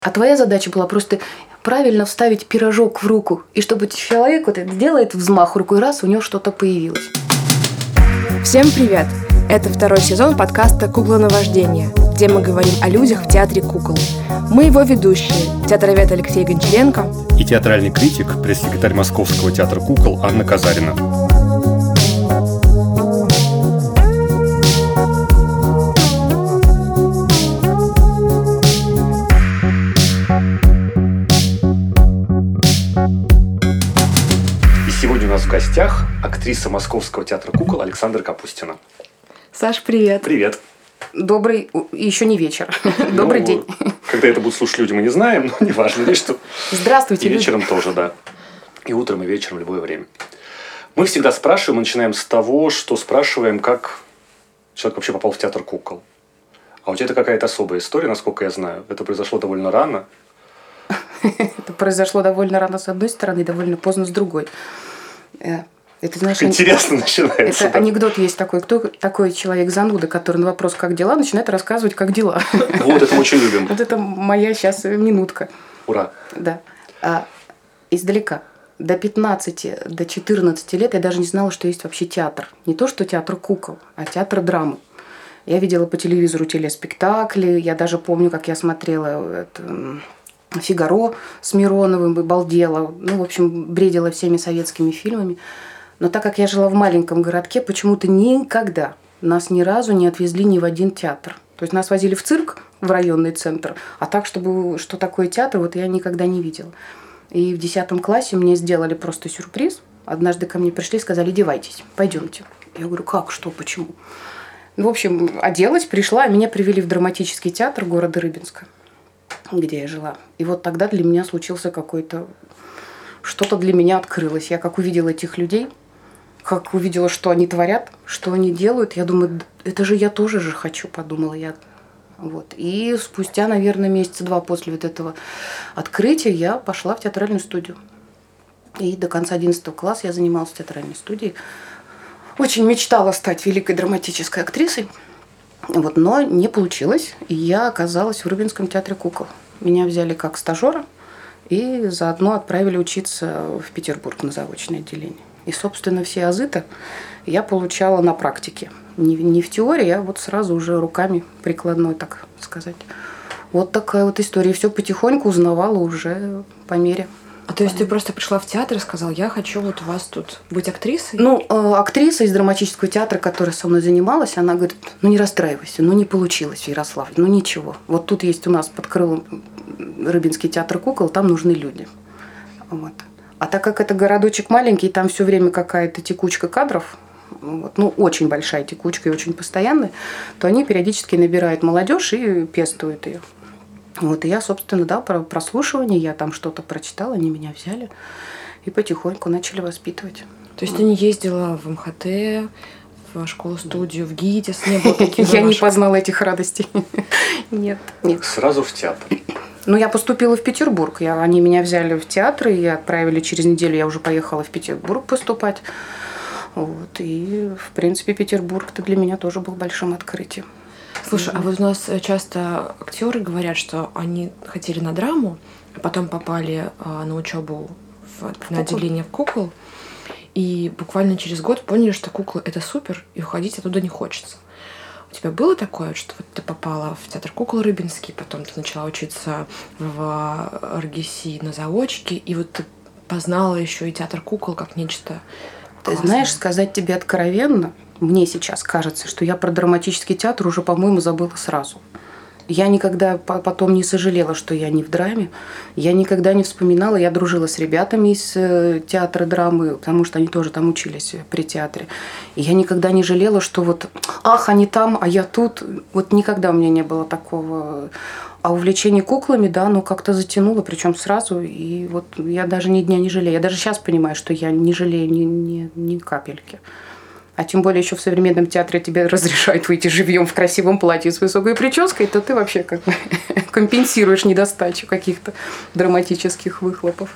А твоя задача была просто правильно вставить пирожок в руку, и чтобы человек вот это делает взмах рукой, раз, у него что-то появилось. Всем привет! Это второй сезон подкаста «Куклоновождение», где мы говорим о людях в театре кукол. Мы его ведущие, театровед Алексей Гончаренко и театральный критик, пресс-секретарь Московского театра кукол Анна Казарина. Сегодня у нас в гостях актриса Московского театра кукол Александра Капустина. Саш, привет. Привет. Добрый, еще не вечер. Добрый день. Когда это будут слушать люди, мы не знаем, но неважно, лишь что. Здравствуйте. И вечером тоже, да. И утром, и вечером, в любое время. Мы всегда спрашиваем, мы начинаем с того, что спрашиваем, как человек вообще попал в театр кукол. А у тебя это какая-то особая история, насколько я знаю. Это произошло довольно рано. Это произошло довольно рано с одной стороны, довольно поздно с другой. Это, знаешь, интересно начинается. Это анекдот есть такой. Кто такой человек-зануда, который на вопрос «как дела?» начинает рассказывать «как дела?». Вот это мы очень любим. Вот это моя сейчас минутка. Ура. Да. Издалека. До 15, до 14 лет я даже не знала, что есть вообще театр. Не то, что театр кукол, а театр драмы. Я видела по телевизору телеспектакли. Я даже помню, как я смотрела «Фигаро» с Мироновым и балдела. Ну, в общем, бредила всеми советскими фильмами. Но так как я жила в маленьком городке, почему-то никогда нас ни разу не отвезли ни в один театр. То есть нас возили в цирк, в районный центр, а так, чтобы что такое театр, вот я никогда не видела. И в 10 классе мне сделали просто сюрприз. Однажды ко мне пришли и сказали: «Одевайтесь, пойдемте». Я говорю: «Как, что, почему?» В общем, оделась, пришла, а меня привели в драматический театр города Рыбинска, где я жила. И вот тогда для меня случился какой-то... Что-то для меня открылось. Я как увидела этих людей, как увидела, что они творят, что они делают, я думаю, это же я тоже же хочу, подумала я. Вот. И спустя, наверное, месяца 2 после вот этого открытия я пошла в театральную студию. И до конца 11 класса я занималась в театральной студии. Очень мечтала стать великой драматической актрисой. Вот, но не получилось, и я оказалась в Рыбинском театре кукол. Меня взяли как стажера и заодно отправили учиться в Петербург на заочное отделение. И, собственно, все азы-то я получала на практике. Не в теории, а вот сразу уже руками прикладной, так сказать. Вот такая вот история. И все потихоньку узнавала уже по мере. А то есть ты просто пришла в театр и сказала: я хочу вот у вас тут быть актрисой? Ну, актриса из драматического театра, которая со мной занималась, она говорит: ну не расстраивайся, ну не получилось в Ярославле, ну ничего. Вот тут есть у нас под крылом Рыбинский театр кукол, там нужны люди. Вот. А так как это городочек маленький, там все время какая-то текучка кадров, вот, ну очень большая текучка и очень постоянная, то они периодически набирают молодежь и пестуют ее. Вот, и я, собственно, да, про прослушивание, я там что-то прочитала, они меня взяли и потихоньку начали воспитывать. То есть ты не ездила в МХТ, в школу-студию, в ГИТИС, не было таких? Я не познала этих радостей. Нет. Сразу в театр. Ну, я поступила в Петербург. Они меня взяли в театр и отправили через неделю. Я уже поехала в Петербург поступать. Вот. И, в принципе, Петербург-то для меня тоже был большим открытием. Слушай, а вот у нас часто актеры говорят, что они хотели на драму, а потом попали на учебу на отделение в кукол, и буквально через год поняли, что куклы — это супер, и уходить оттуда не хочется. У тебя было такое, что вот ты попала в театр кукол Рыбинский, потом ты начала учиться в РГС на заочке, и вот ты познала еще и театр кукол как нечто классное? Ты знаешь, сказать тебе откровенно, мне сейчас кажется, что я про драматический театр уже, по-моему, забыла сразу. Я никогда потом не сожалела, что я не в драме. Я никогда не вспоминала. Я дружила с ребятами из театра драмы, потому что они тоже там учились при театре. И я никогда не жалела, что вот, ах, они там, а я тут. Вот никогда у меня не было такого. А увлечение куклами, да, оно как-то затянуло, причем сразу. И вот я даже ни дня не жалею. Я даже сейчас понимаю, что я не жалею ни капельки. А тем более еще в современном театре тебе разрешают выйти живьем в красивом платье с высокой прической, то ты вообще как бы компенсируешь недостачу каких-то драматических выхлопов.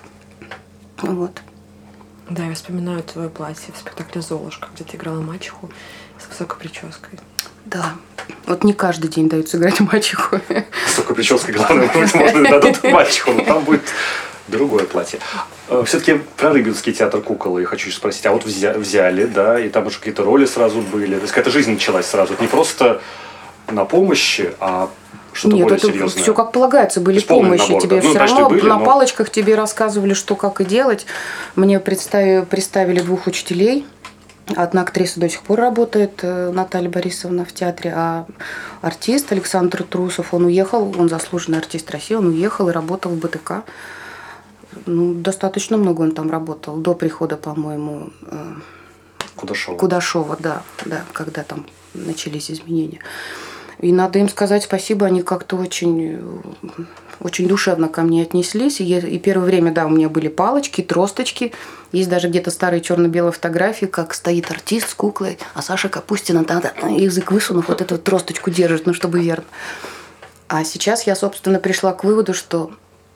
Вот. Да, я вспоминаю твое платье в спектакле «Золушка», где ты играла мачеху с высокой прической. Да. Вот не каждый день дают сыграть мачеху. С такой прической, главное, может, и дадут мачеху, но там будет другое платье. Все-таки про Рыбинский театр кукол я хочу спросить. А вот взяли, да, и там уже какие-то роли сразу были. То есть какая-то жизнь началась сразу. Это не просто на помощи, а что-то более серьезное. Нет, это все как полагается, были помощи. Набор, тебе да. все равно на палочках тебе рассказывали, что как и делать. Мне представили 2 учителей. Одна актриса до сих пор работает, Наталья Борисовна, в театре, а артист Александр Трусов, он уехал, он заслуженный артист России, он уехал и работал в БТК. Ну, достаточно много он там работал, до прихода, по-моему, Кудашова, да, когда там начались изменения. И надо им сказать спасибо, они как-то очень душевно ко мне отнеслись. И первое время, да, у меня были палочки, тросточки. Есть даже где-то старые черно-белые фотографии, как стоит артист с куклой, а Саша Капустина язык высунув, вот эту тросточку держит, ну, чтобы верно. А сейчас я, собственно, пришла к выводу, что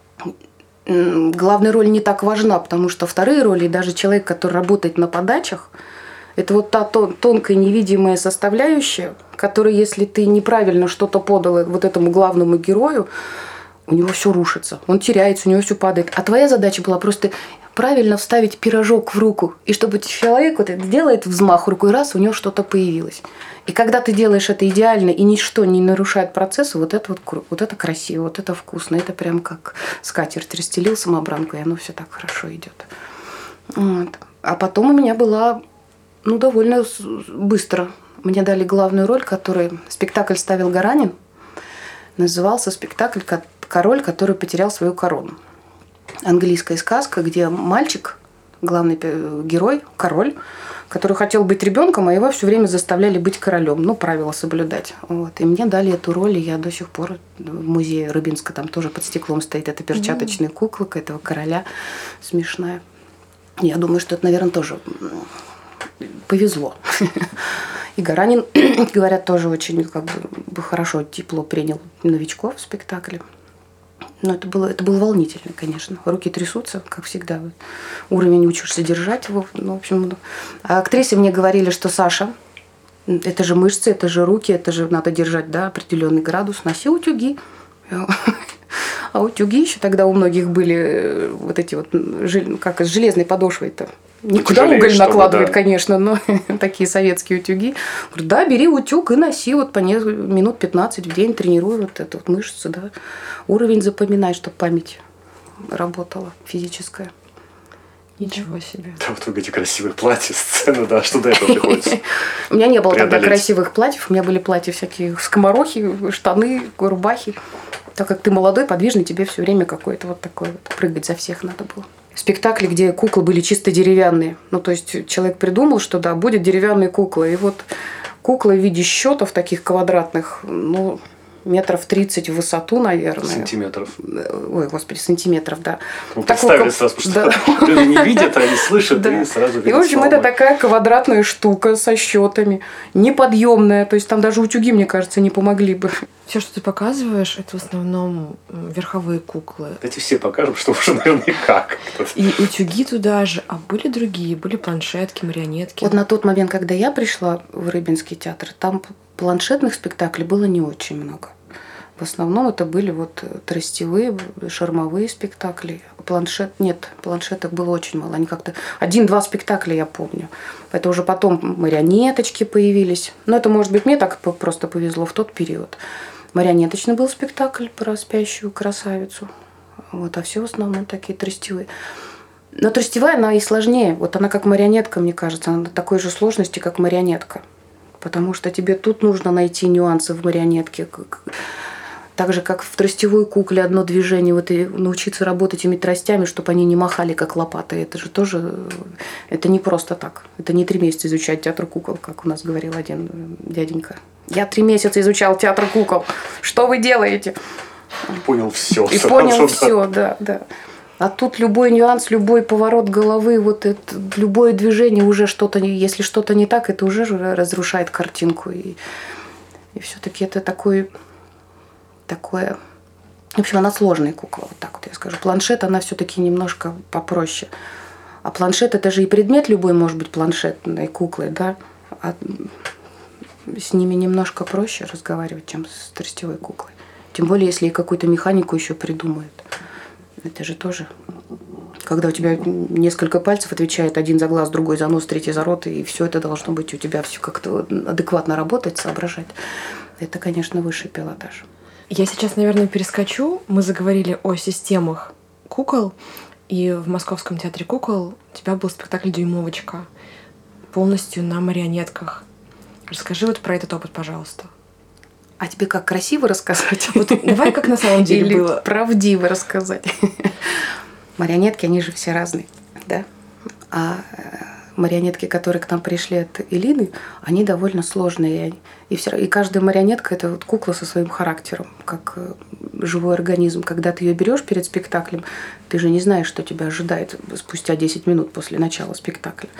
главная роль не так важна, потому что вторые роли, и даже человек, который работает на подачах, это вот та тонкая невидимая составляющая, которая, если ты неправильно что-то подал вот этому главному герою, у него все рушится, он теряется, у него все падает. А твоя задача была просто правильно вставить пирожок в руку, и чтобы человек вот это делает взмах рукой, раз, у него что-то появилось. И когда ты делаешь это идеально, и ничто не нарушает процесса, вот это красиво, вот это вкусно, это прям как скатерть расстелил самобранку, и оно все так хорошо идет. Вот. А потом у меня была, довольно быстро. Мне дали главную роль, который спектакль ставил Гаранин. Назывался спектакль «Король, который потерял свою корону». Английская сказка, где мальчик, главный герой, король, который хотел быть ребенком, а его все время заставляли быть королем, правила соблюдать. Вот. И мне дали эту роль, и я до сих пор в музее Рыбинска, там тоже под стеклом стоит эта перчаточная кукла этого короля смешная. Я думаю, что это, наверное, тоже повезло. И Гаранин, говорят, тоже очень хорошо, тепло принял новичков в спектакле. Но это было волнительно, конечно. Руки трясутся, как всегда. Уровень учишься держать его. В общем, а актрисы мне говорили, что Саша, это же мышцы, это же руки, это же надо держать, да, определенный градус. Носи утюги. А утюги еще тогда у многих были вот эти вот, как с железной подошвой-то. Никуда уголь накладывает, да. Конечно, но такие советские утюги. Говорю, да, бери утюг и носи вот по минут 15 в день, тренируй вот эту вот мышцу, да. Уровень запоминай, чтобы память работала физическая. Ничего себе. Да, вот вы эти красивые платья, сцены, да, что до этого приходится. У меня не было тогда красивых платьев, у меня были платья всякие скоморохи, штаны, рубахи. Так как ты молодой, подвижный, тебе все время какой-то вот такой вот прыгать за всех надо было. Спектакли, где куклы были чисто деревянные. То есть человек придумал, что да, будет деревянная кукла. И вот кукла в виде счетов таких квадратных, метров 30 в высоту, наверное. Сантиметров. Ой, господи, сантиметров, да. Представили сразу, потому что люди не видят, они слышат, и сразу видят. И, в общем, это такая квадратная штука со счетами, неподъемная. То есть там даже утюги, мне кажется, не помогли бы. Все, что ты показываешь, это в основном верховые куклы. Эти все покажем, что уже наверняка. И утюги туда же. А были другие? Были планшетки, марионетки? Вот на тот момент, когда я пришла в Рыбинский театр, там планшетных спектаклей было не очень много. В основном это были вот тростевые, шармовые спектакли. Планшеток было очень мало. Они как-то 1-2 спектакля, я помню. Это уже потом марионеточки появились. Но это, может быть, мне так просто повезло в тот период. Марионеточный был спектакль про спящую красавицу. Вот, а все в основном такие тростевые. Но тростевая, она и сложнее. Вот она как марионетка, мне кажется. Она такой же сложности, как марионетка. Потому что тебе тут нужно найти нюансы в марионетке. Так же, как в тростевой кукле одно движение, вот и научиться работать этими тростями, чтобы они не махали, как лопаты. Это же тоже, это не просто так. Это не 3 месяца изучать театр кукол, как у нас говорил один дяденька. Я 3 месяца изучал театр кукол. Что вы делаете? И понял все. И понял все, да. А тут любой нюанс, любой поворот головы, вот это, любое движение уже что-то, если что-то не так, это уже разрушает картинку. И все-таки это такое... В общем, она сложная кукла, вот так вот я скажу. Планшет, она все-таки немножко попроще. А планшет, это же и предмет любой может быть планшетной куклой, да. с ними немножко проще разговаривать, чем с тростевой куклой. Тем более, если и какую-то механику еще придумают. Это же тоже... Когда у тебя несколько пальцев отвечает, один за глаз, другой за нос, третий за рот, и все это должно быть у тебя все как-то адекватно работать, соображать. Это, конечно, высший пилотаж. Я сейчас, наверное, перескочу. Мы заговорили о системах кукол, и в Московском театре кукол у тебя был спектакль «Дюймовочка» полностью на марионетках. Расскажи вот про этот опыт, пожалуйста. А тебе как, красиво рассказать? Вот давай как на самом деле Или было. правдиво рассказать. Марионетки, они же все разные, да? А марионетки, которые к нам пришли от Элины, они довольно сложные. И каждая марионетка – это вот кукла со своим характером, как живой организм. Когда ты ее берешь перед спектаклем, ты же не знаешь, что тебя ожидает спустя 10 минут после начала спектакля.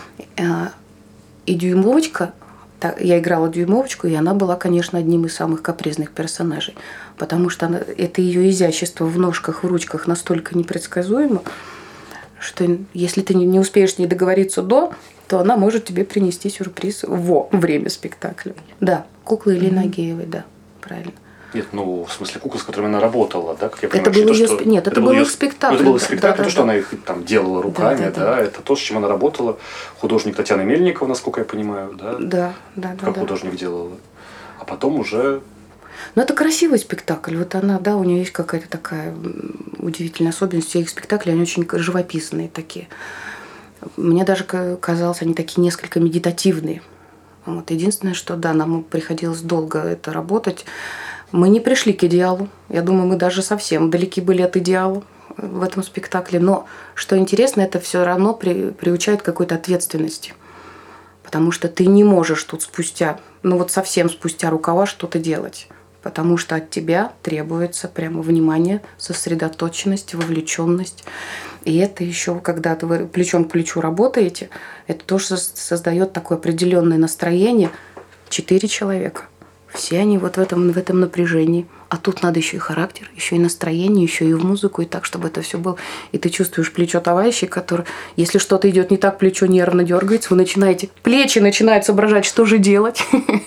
И Дюймовочка, я играла Дюймовочку, и она была, конечно, одним из самых капризных персонажей, потому что это ее изящество в ножках, в ручках настолько непредсказуемо, что если ты не успеешь с ней договориться до, то она может тебе принести сюрприз во время спектакля. Да, кукла Елены Агеевой, да, правильно. Нет, ну, в смысле, кукла, с которыми она работала, да, как я понимаю. Это был ее что... Нет, это был их спектакль. Это был их спектакль, то, что да. она их там делала руками, да, это то, с чем она работала. Художник Татьяна Мельникова, насколько я понимаю, да? Да. Как художник делала. А потом уже... Ну, это красивый спектакль. Вот она, да, у нее есть какая-то такая удивительная особенность. Все их спектакли, они очень живописные такие. Мне даже казалось, они такие несколько медитативные. Вот. Единственное, что, да, нам приходилось долго это работать. Мы не пришли к идеалу. Я думаю, мы даже совсем далеки были от идеала в этом спектакле. Но, что интересно, это все равно приучает к какой-то ответственности. Потому что ты не можешь тут совсем спустя рукава что-то делать. Потому что от тебя требуется прямо внимание, сосредоточенность, вовлеченность. И это еще, когда вы плечом к плечу работаете, это тоже создает такое определенное настроение. 4 человека. Все они вот в этом напряжении. А тут надо еще и характер, еще и настроение, еще и в музыку, и так, чтобы это все было. И ты чувствуешь плечо товарищей, который, если что-то идет не так, плечо нервно дергается, плечи начинают соображать, что же делать.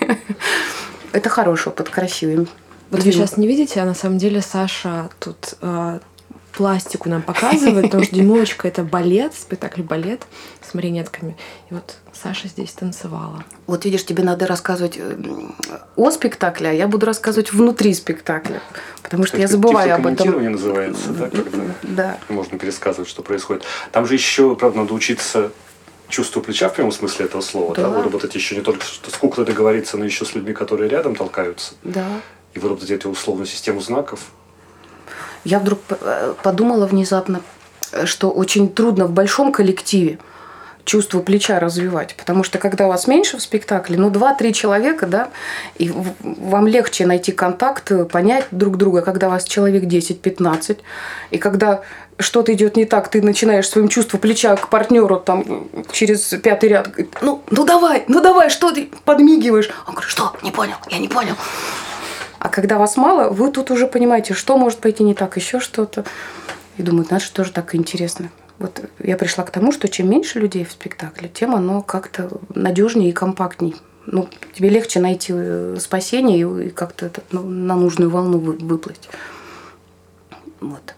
Это хороший опыт, красивый. Вот вы сейчас не видите, а на самом деле Саша тут пластику нам показывает, потому что «Дюймовочка» — это балет, спектакль балет с марионетками. И вот Саша здесь танцевала. Вот видишь, тебе надо рассказывать о спектакле, а я буду рассказывать внутри спектакля, потому что я забываю об этом. Комментирование называется, да, когда можно пересказывать, что происходит. Там же еще, правда, надо учиться чувству плеча в прямом смысле этого слова, да, выработать еще не только с куклой договориться, но еще с людьми, которые рядом толкаются. Да. И выработать эту условную систему знаков. Я вдруг подумала внезапно, что очень трудно в большом коллективе чувство плеча развивать, потому что когда вас меньше в спектакле, 2-3 человека, да, и вам легче найти контакт, понять друг друга, когда вас человек 10-15, и когда что-то идет не так, ты начинаешь своим чувством плеча к партнеру там через 5-й ряд, ну давай, что ты подмигиваешь? Он говорит, что? Не понял, я не понял. А когда вас мало, вы тут уже понимаете, что может пойти не так, еще что-то. И думаю, это же тоже так интересно. Вот я пришла к тому, что чем меньше людей в спектакле, тем оно как-то надежнее и компактней. Тебе легче найти спасение и как-то на нужную волну выплыть. Вот.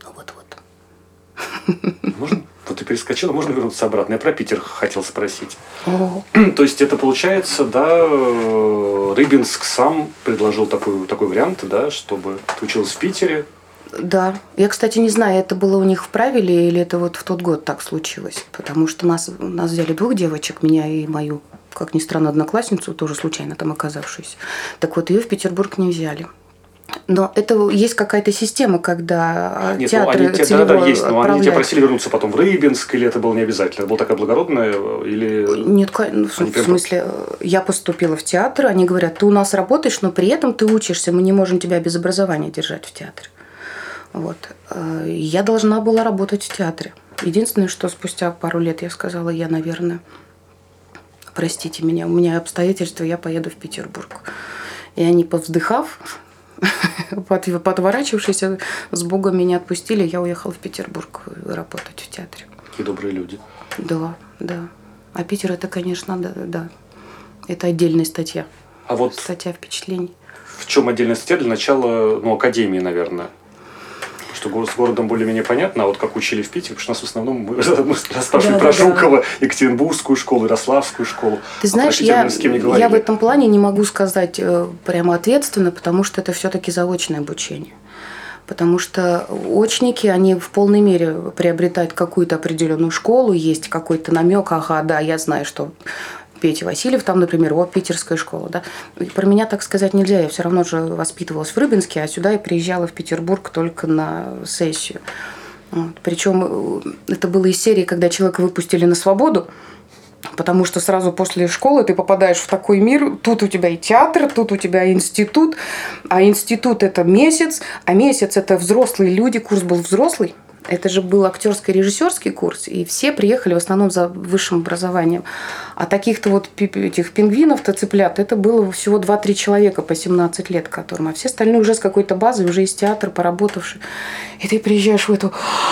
Можно? Вот ты перескочила, можно вернуться обратно? Я про Питер хотел спросить. То есть это получается, да, Рыбинск сам предложил такой вариант, да, чтобы ты училась в Питере. Да. Я, кстати, не знаю, это было у них в правиле или это вот в тот год так случилось. Потому что нас взяли 2 девочек, меня и мою, как ни странно, одноклассницу, тоже случайно там оказавшуюся. Так вот, ее в Петербург не взяли. Но это есть какая-то система, когда театры целево есть, но отправляют. они тебя просили вернуться потом в Рыбинск, или это было не обязательно? Это была такая благородная, или... Нет, в смысле, я поступила в театр, они говорят, ты у нас работаешь, но при этом ты учишься, мы не можем тебя без образования держать в театре. Вот. Я должна была работать в театре. Единственное, что спустя пару лет я сказала, я, наверное, простите меня, у меня обстоятельства, я поеду в Петербург. И они, повздыхав, подворачивавшись с Богом, меня отпустили, я уехала в Петербург работать в театре. Какие добрые люди. Да. А Питер это, конечно, да. Это отдельная статья. А вот Статья впечатлений. в чем отдельная статья? Для начала, академии, наверное. Что с городом более-менее понятно, а вот как учили в Питере, потому что у нас в основном мы спрашивали про Жукова, Екатеринбургскую школу, Ярославскую школу. Ты знаешь, я в этом плане не могу сказать прямо ответственно, потому что это все-таки заочное обучение. Потому что очники, они в полной мере приобретают какую-то определенную школу, есть какой-то намек, ага, да, я знаю, что Петя Васильев, там, например, питерская школа. Да? Про меня так сказать нельзя, я все равно же воспитывалась в Рыбинске, а сюда я приезжала в Петербург только на сессию. Вот. Причем это было из серии, когда человека выпустили на свободу, потому что сразу после школы ты попадаешь в такой мир, тут у тебя и театр, тут у тебя институт, а институт это месяц, а месяц это взрослые люди, курс был взрослый. Это же был актерско-режиссерский курс, и все приехали в основном за высшим образованием. А таких-то вот этих пингвинов-то цыплят, это было всего 2-3 человека по 17 лет которым. А все остальные уже с какой-то базой, уже из театра поработавшие. И ты приезжаешь в эту...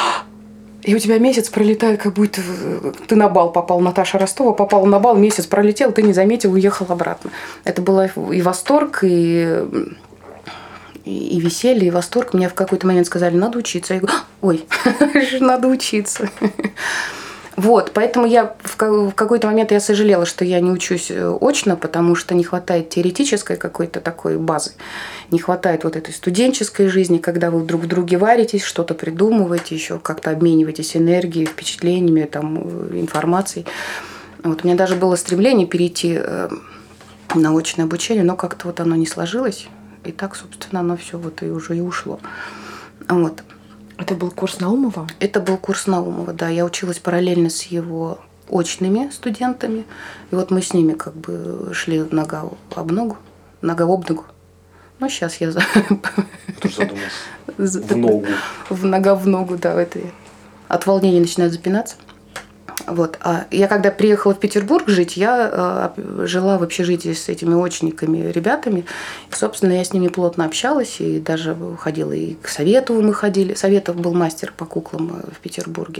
И у тебя месяц пролетает, как будто ты на бал попал. Наташа Ростова попала на бал, месяц пролетел, ты не заметил, уехал обратно. Это был и восторг, и веселье, и восторг. Мне в какой-то момент сказали, надо учиться. Я говорю, ой, надо учиться. Вот, поэтому в какой-то момент я сожалела, что я не учусь очно, потому что не хватает теоретической какой-то такой базы. Не хватает вот этой студенческой жизни, когда вы друг в друге варитесь, что-то придумываете, еще как-то обмениваетесь энергией, впечатлениями, там, информацией. Вот, у меня даже было стремление перейти на очное обучение, но как-то вот оно не сложилось. И так, собственно, оно все вот и уже и ушло. Вот. Это был курс Наумова? Это был курс Наумова, да. Я училась параллельно с его очными студентами. И вот мы с ними как бы шли нога об ногу. Ну, сейчас я... Тоже задумалась. В ногу. Нога в ногу, да. Это от волнения начинаю запинаться. Вот. А я когда приехала в Петербург жить, я жила в общежитии с этими очниками, ребятами. И, собственно, я с ними плотно общалась и даже ходила и к Советову мы ходили. Советов был мастер по куклам в Петербурге.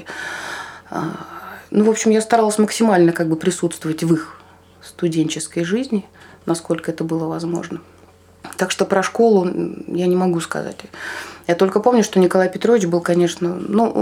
Ну, в общем, я старалась максимально как бы присутствовать в их студенческой жизни, насколько это было возможно. Так что про школу я не могу сказать. Я только помню, что Николай Петрович был, конечно,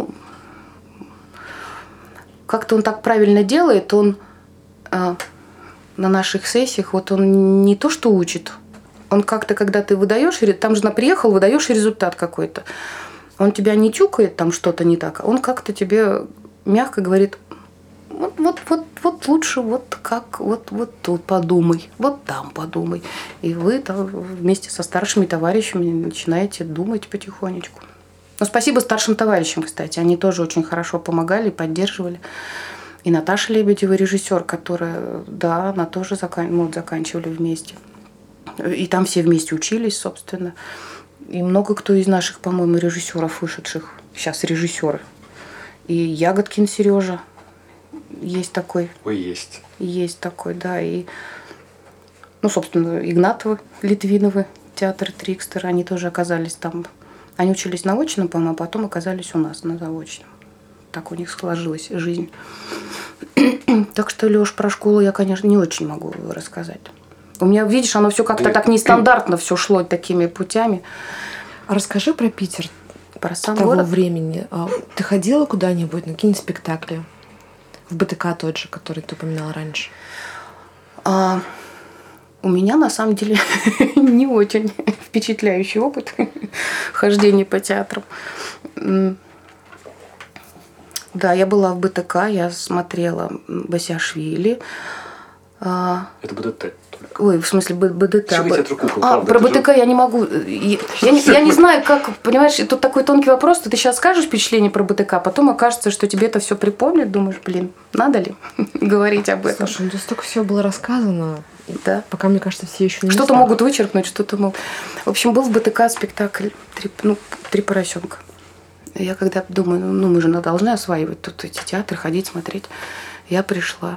как-то он так правильно делает, он на наших сессиях, вот он не то что учит, он как-то, когда ты выдаешь, там же приехал, выдаешь результат какой-то, он тебя не тюкает, там что-то не так, он как-то тебе мягко говорит, вот лучше, вот как, вот тут подумай, вот там подумай. И вы там вместе со старшими товарищами начинаете думать потихонечку. Но спасибо старшим товарищам, кстати. Они тоже очень хорошо помогали, поддерживали. И Наташа Лебедева, режиссер, которая, да, она тоже заканчивали вместе. И там все вместе учились, собственно. И много кто из наших, по-моему, режиссеров вышедших. Сейчас режиссеры. И Ягодкин Сережа есть такой. Ой, есть. Есть такой, да. И, собственно, Игнатовы, Литвиновы, театр Трикстер, они тоже оказались там. Они учились на очном, по-моему, а потом оказались у нас на заочном. Так у них сложилась жизнь. Так что, Лёш, про школу я, конечно, не очень могу рассказать. У меня, видишь, оно все как-то так нестандартно все шло такими путями. А расскажи про Питер. Про сам того город. Времени. Ты ходила куда-нибудь на какие-нибудь спектакли? В БТК тот же, который ты упоминала раньше. У меня, на самом деле, не очень впечатляющий опыт хождения по театрам. Да, я была в БТК, я смотрела Басяшвили. Это БДТ. Ой, в смысле БДТ. Театр кукол, правда, про БТК я не могу. Я не знаю, как, понимаешь, тут такой тонкий вопрос, что ты сейчас скажешь впечатление про БТК, потом окажется, что тебе это все припомнит, думаешь, надо ли говорить об этом. Слушай, ну столько всего было рассказано. Да. Пока, мне кажется, все еще не что-то могут вычеркнуть, что-то могут. В общем, был в БТК спектакль «Три поросенка». Я когда думаю, мы же должны осваивать тут эти театры, ходить, смотреть. Я пришла.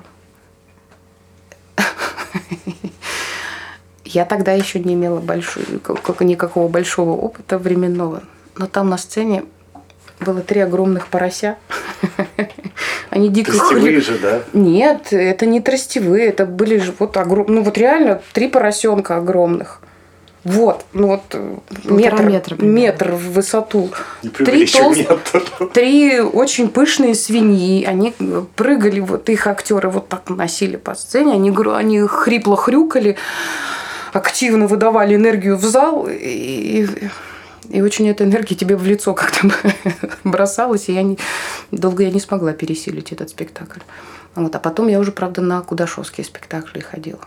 Я тогда еще не имела никакого большого опыта временного. Но там на сцене было 3 огромных порося. Они дико Тростевые же, да? Нет, это не тростевые, это были же вот огромные, ну вот реально 3 поросенка огромных. Вот, ну вот метр в высоту. Не преувеличивай, 3 очень пышные свиньи, они прыгали, вот их актеры вот так носили по сцене, они хрипло хрюкали, активно выдавали энергию в зал, и очень эта энергия тебе в лицо как-то бросалась, и долго я не смогла пересилить этот спектакль. Вот, а потом я уже, правда, на кудашовские спектакли ходила.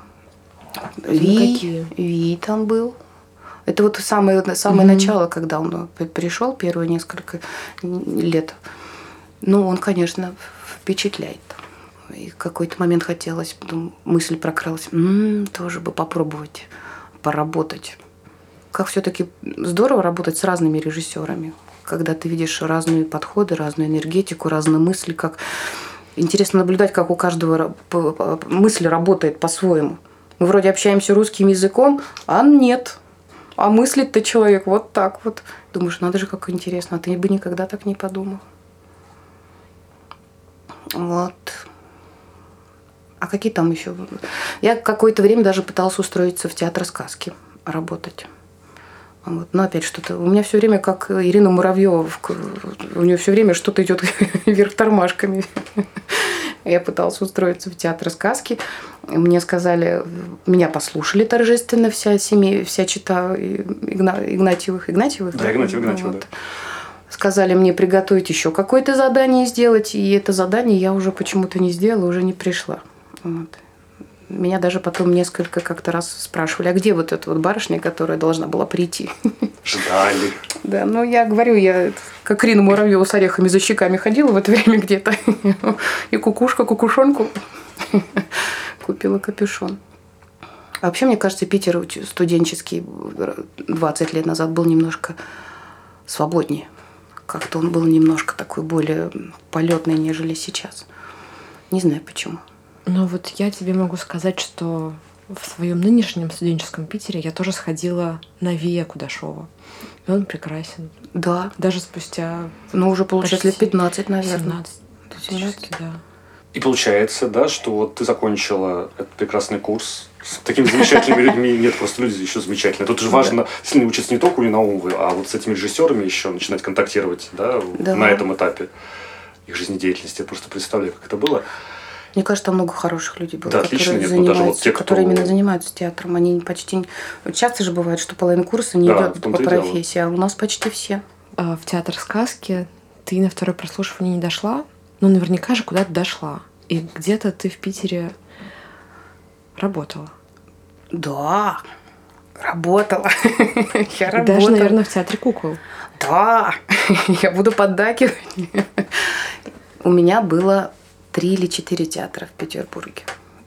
Ви там был. Это вот самое начало, когда он пришел, первые несколько лет. Ну, он, конечно, впечатляет. И в какой-то момент хотелось, потом мысль прокралась, тоже бы попробовать поработать. Как все-таки здорово работать с разными режиссерами, когда ты видишь разные подходы, разную энергетику, разные мысли, как интересно наблюдать, как у каждого мысль работает по-своему. Мы вроде общаемся русским языком, а нет. А мыслит-то человек вот так вот. Думаешь, надо же, как интересно, а ты бы никогда так не подумал. Вот. А какие там еще? Я какое-то время даже пыталась устроиться в театр сказки, работать. Вот. Но опять что-то. У меня все время, как Ирина Муравьева, у нее все время что-то идет вверх тормашками. Я пыталась устроиться в театр сказки. Мне сказали, меня послушали торжественно вся чета Игнатьевых. Да, Игнатьев, вот. Да. Сказали мне приготовить еще какое-то задание сделать, и это задание я уже почему-то не сделала, уже не пришла. Вот. Меня даже потом несколько как-то раз спрашивали, а где вот эта вот барышня, которая должна была прийти? Ждали. Да, ну я говорю, я как Рина Муравьева с орехами за щеками ходила в это время где-то. И кукушонку купила капюшон. А вообще, мне кажется, Питер студенческий 20 лет назад был немножко свободнее. Как-то он был немножко такой более полетный, нежели сейчас. Не знаю почему. Ну вот я тебе могу сказать, что в своем нынешнем студенческом Питере я тоже сходила на Вия Кудашова. И он прекрасен. Да. Даже спустя... Ну, уже, получается, лет 15, наверное. 17, да. И получается, да, что вот ты закончила этот прекрасный курс с такими замечательными людьми. Нет, просто люди еще замечательные. Тут же важно сильно учиться не только у Наумовой, а вот с этими режиссерами еще начинать контактировать, да, на этом этапе их жизнедеятельности. Я просто представляю, как это было. Мне кажется, там много хороших людей было, да, которые, именно занимаются театром. Они почти... Часто же бывает, что половина курса не идет по профессии, а у нас почти все. В театр сказки ты на второе прослушивание не дошла, но наверняка же куда-то дошла. И где-то ты в Питере работала. Да, работала. Я работала. Даже, наверное, в театре кукол. Да, я буду поддакивать. У меня было 3 или 4 театра в Петербурге.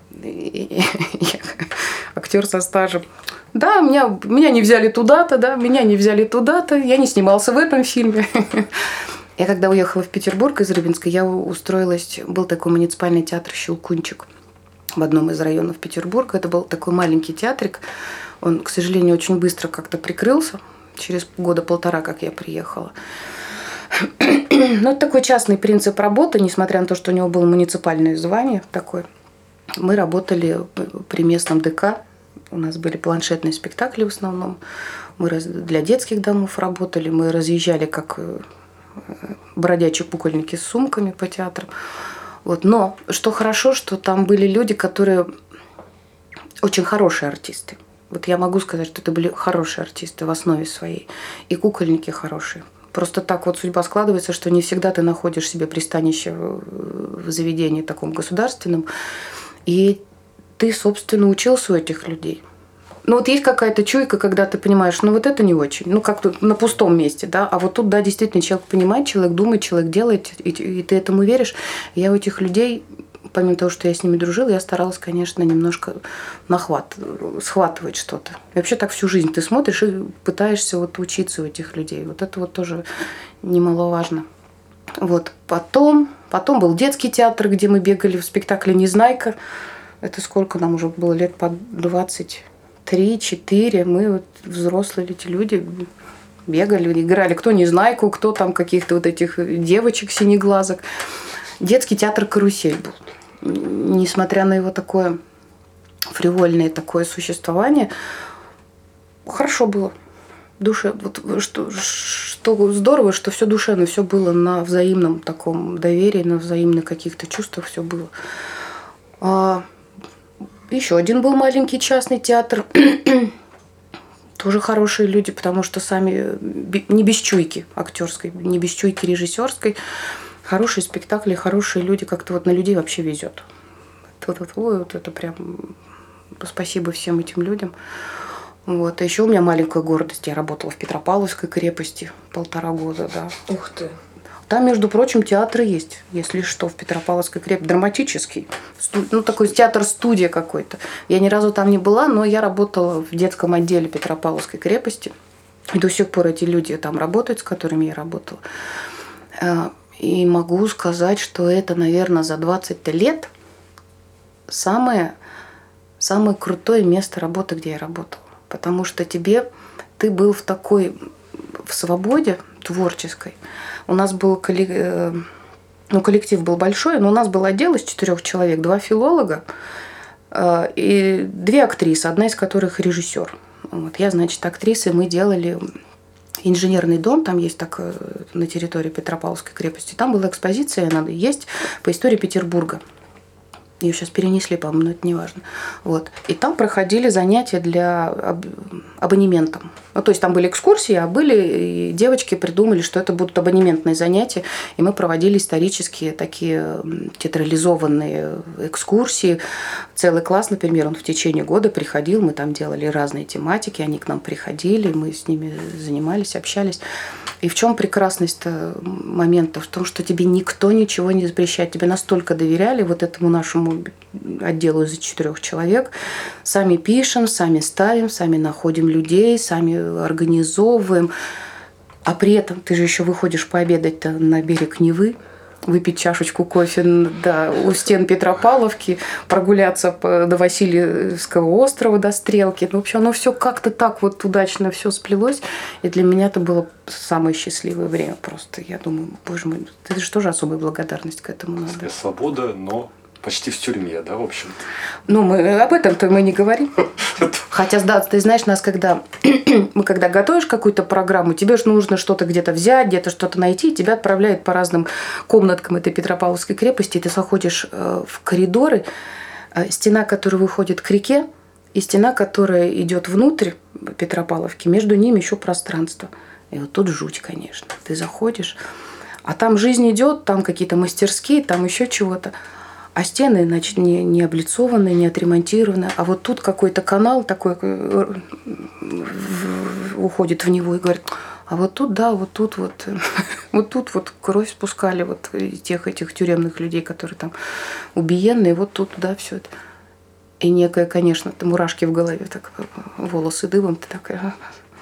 Актер со стажем. Да, меня не взяли туда-то, я не снимался в этом фильме. Я когда уехала в Петербург из Рыбинска, я устроилась, был такой муниципальный театр «Щелкунчик» в одном из районов Петербурга. Это был такой маленький театрик. Он, к сожалению, очень быстро как-то прикрылся, через 1.5 года, как я приехала. Ну, это такой частный принцип работы, несмотря на то, что у него было муниципальное звание такое. Мы работали при местном ДК. У нас были планшетные спектакли в основном. Мы для детских домов работали. Мы разъезжали как бродячие кукольники с сумками по театрам. Вот. Но что хорошо, что там были люди, которые очень хорошие артисты. Вот я могу сказать, что это были хорошие артисты в основе своей. И кукольники хорошие. Просто так вот судьба складывается, что не всегда ты находишь себе пристанище в заведении таком государственном. И ты, собственно, учился у этих людей. Ну, вот есть какая-то чуйка, когда ты понимаешь, ну, вот это не очень. Ну, как-то на пустом месте, да. А вот тут, да, действительно, человек понимает, человек думает, человек делает, и ты этому веришь. Я у этих людей, помимо того, что я с ними дружила, я старалась, конечно, немножко схватывать что-то. И вообще так всю жизнь ты смотришь и пытаешься вот учиться у этих людей. Вот это вот тоже немаловажно. Вот. Потом был детский театр, где мы бегали в спектакле «Незнайка». Это сколько нам уже было? Лет по 23-4. Мы вот взрослые эти люди бегали, играли. Кто Незнайку, кто там каких-то вот этих девочек синеглазок. Детский театр «Карусель» был. Несмотря на его такое фривольное такое существование, хорошо было. Что здорово, что все душевно, все было на взаимном таком доверии, на взаимных каких-то чувствах все было. Еще один был маленький частный театр. Тоже хорошие люди, потому что сами не без чуйки актерской, не без чуйки режиссерской. Хорошие спектакли, хорошие люди, как-то вот на людей вообще везет. Вот это прям спасибо всем этим людям. Вот. А еще у меня маленькая гордость. Я работала в Петропавловской крепости 1,5 года, да. Ух ты. Там, между прочим, театры есть, если что, в Петропавловской крепости. Драматический. Такой театр-студия какой-то. Я ни разу там не была, но я работала в детском отделе Петропавловской крепости. И до сих пор эти люди там работают, с которыми я работала. И могу сказать, что это, наверное, за 20 лет самое крутое место работы, где я работала. Потому что ты был в свободе творческой. У нас был коллектив был большой, но у нас был отдел из 4 человек, 2 филолога и 2 актрисы, одна из которых режиссер. Вот. Я, значит, актриса, мы делали инженерный дом, там есть на территории Петропавловской крепости. Там была экспозиция, она есть, по истории Петербурга. Ее сейчас перенесли, по-моему, но это не важно. Вот. И там проходили занятия для абонементом. То есть там были экскурсии, и девочки придумали, что это будут абонементные занятия. И мы проводили исторические такие театрализованные экскурсии. Целый класс, например, он в течение года приходил, мы там делали разные тематики, они к нам приходили, мы с ними занимались, общались. И в чем прекрасность момента? В том, что тебе никто ничего не запрещает. Тебе настолько доверяли вот этому нашему отделу из 4 человек. Сами пишем, сами ставим, сами находим людей, сами организовываем. А при этом ты же еще выходишь пообедать-то на берег Невы, выпить чашечку кофе у стен Петропавловки, прогуляться до Васильевского острова, до Стрелки. В общем, оно все как-то так вот удачно все сплелось. И для меня это было самое счастливое время просто. Я думаю, боже мой, это же тоже особая благодарность к этому надо. Свобода, но почти в тюрьме, да, в общем? Об этом-то мы не говорим. Хотя, да, ты знаешь, когда готовишь какую-то программу, тебе же нужно что-то где-то взять, где-то что-то найти, и тебя отправляют по разным комнаткам этой Петропавловской крепости, и ты заходишь в коридоры, стена, которая выходит к реке, и стена, которая идет внутрь Петропавловки, между ними еще пространство. И вот тут жуть, конечно. Ты заходишь, а там жизнь идет, там какие-то мастерские, там еще чего-то. А стены, значит, не облицованные, не отремонтированные. А вот тут какой-то канал такой уходит в него и говорит, а вот тут, да, вот тут кровь спускали вот тех этих тюремных людей, которые там убиенные, вот тут, да, все это. И некое, конечно, мурашки в голове, так волосы дыбом, ты такая...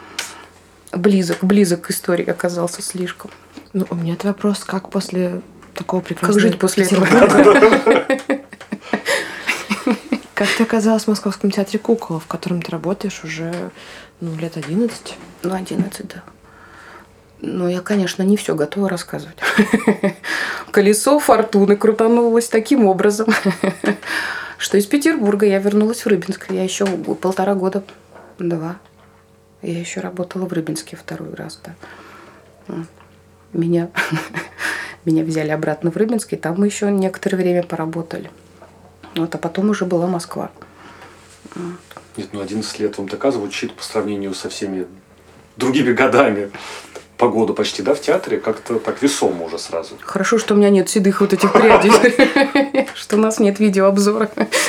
Близок к истории оказался слишком. У меня это вопрос, как после такого прекрасного... Как жить после этого? Как ты оказалась в Московском театре «Кукол», в котором ты работаешь уже лет 11? 11, да. Я, конечно, не все готова рассказывать. Колесо фортуны крутанулось таким образом, что из Петербурга я вернулась в Рыбинск. Я еще 1,5 года, 2. Я еще работала в Рыбинске 2 раз, да. Меня взяли обратно в Рыбинск, и там мы еще некоторое время поработали. А потом уже была Москва. Нет, 11 лет вам такая звучит по сравнению со всеми другими годами. По году почти, да, в театре, как-то так весомо уже сразу. Хорошо, что у меня нет седых вот этих прядей, что у нас нет видеообзора.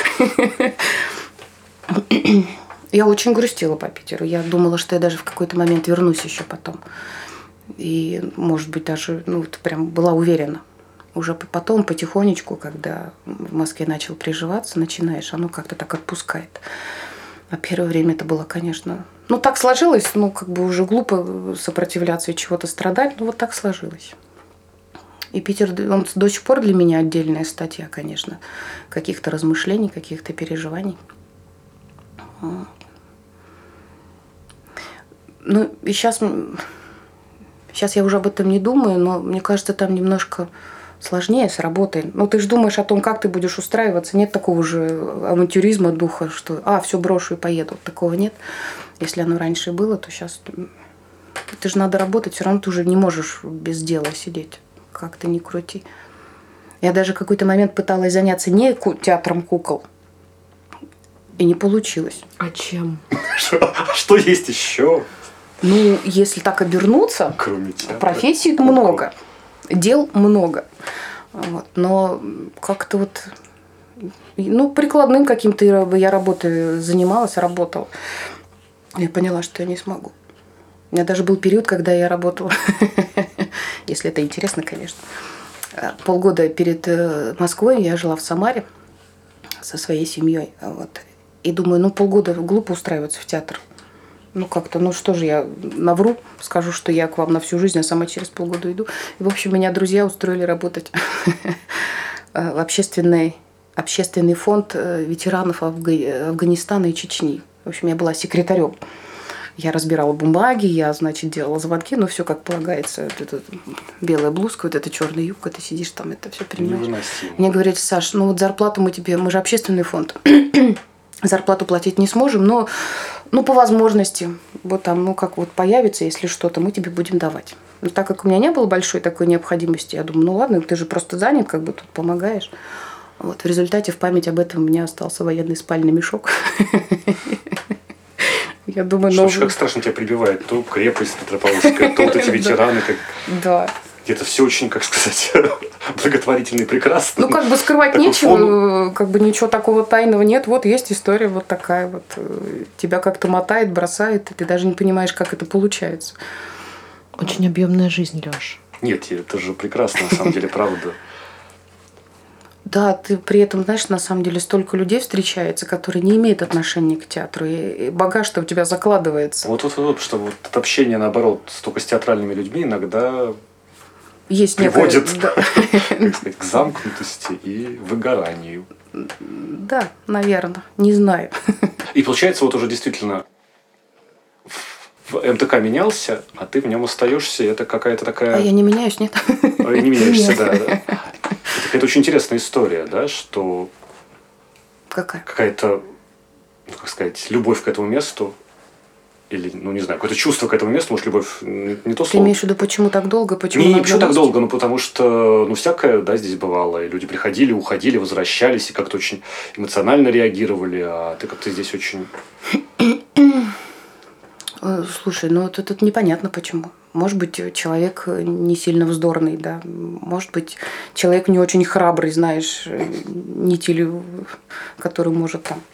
Я очень грустила по Питеру. Я думала, что я даже в какой-то момент вернусь еще потом. И, может быть, даже, прям была уверена. Уже потом, потихонечку, когда в Москве начал приживаться, начинаешь, оно как-то так отпускает. А первое время это было, конечно... так сложилось, уже глупо сопротивляться и чего-то страдать, но вот так сложилось. И Питер, он до сих пор для меня отдельная статья, конечно, каких-то размышлений, каких-то переживаний. И сейчас я уже об этом не думаю, но мне кажется, там немножко сложнее с работой. Ну, ты же думаешь о том, как ты будешь устраиваться. Нет такого же авантюризма духа, что все брошу и поеду. Такого нет. Если оно раньше и было, то сейчас... Ты же надо работать, все равно ты уже не можешь без дела сидеть. Как ты ни крути. Я даже какой-то момент пыталась заняться не театром кукол. И не получилось. А чем? Что есть еще? Ну, если так обернуться, Кроме театра, профессий кукол. много, дел много. Вот. Но как-то вот, ну, прикладным каким-то я работой занималась, работала. Я поняла, что я не смогу. У меня даже был период, когда я работала, если это интересно, конечно. Полгода перед Москвой я жила в Самаре со своей семьей. Вот. И думаю, ну, полгода глупо устраиваться в театр. Ну, как-то, ну, что же я навру, скажу, что я к вам на всю жизнь, а сама через полгода иду. И, в общем, меня друзья устроили работать в общественный фонд ветеранов Афганистана и Чечни. В общем, я была секретарем. Я разбирала бумаги, я, значит, делала звонки, ну, все как полагается. Вот эта белая блузка, вот эта черная юбка, ты сидишь там, это все принимаешь. Невыносимо. Мне говорят, Саш, ну, вот зарплату мы же общественный фонд, зарплату платить не сможем, но, ну, по возможности, вот там, ну, как вот появится, если что-то, мы тебе будем давать. Но так как у меня не было большой такой необходимости, я думаю, ну, ладно, ты же просто занят, как бы тут помогаешь. Вот, в результате в память об этом у меня остался военный спальный мешок. Я думаю, Слушай, как страшно тебя прибивает. То крепость Петропавловская, то вот эти ветераны. Да. Это все очень, как сказать, благотворительно и прекрасно. Ну, как бы скрывать нечего, как бы ничего такого тайного нет. Вот есть история вот такая вот. Тебя как-то мотает, бросает, и ты даже не понимаешь, как это получается. Очень объемная жизнь, Лёш. Нет, это же прекрасно, на самом деле, правда. Да, ты при этом, знаешь, на самом деле столько людей встречается, которые не имеют отношения к театру. И багаж-то у тебя закладывается. Вот, что вот это общение, наоборот, только с театральными людьми иногда Есть приводит некое, как сказать, к замкнутости и выгоранию. Да, наверное, не знаю. И получается, вот уже действительно в МТК менялся, а ты в нем остаешься. Это какая-то такая... А я не меняюсь, нет? Не меняешься, да. Это очень интересная история, да, что Какая? какая-то, ну, как сказать, любовь к этому месту, или, ну, не знаю, какое-то чувство к этому месту, может, любовь не то слово. Ты имеешь в виду, почему так долго? Почему Не почему так долго, ну, потому что, ну, всякое, да, здесь бывало, и люди приходили, уходили, возвращались, и как-то очень эмоционально реагировали, а ты как-то здесь очень... Слушай, ну вот это непонятно почему. Может быть, человек не сильно вздорный, да. Может быть, человек не очень храбрый, знаешь, не телю, который может там...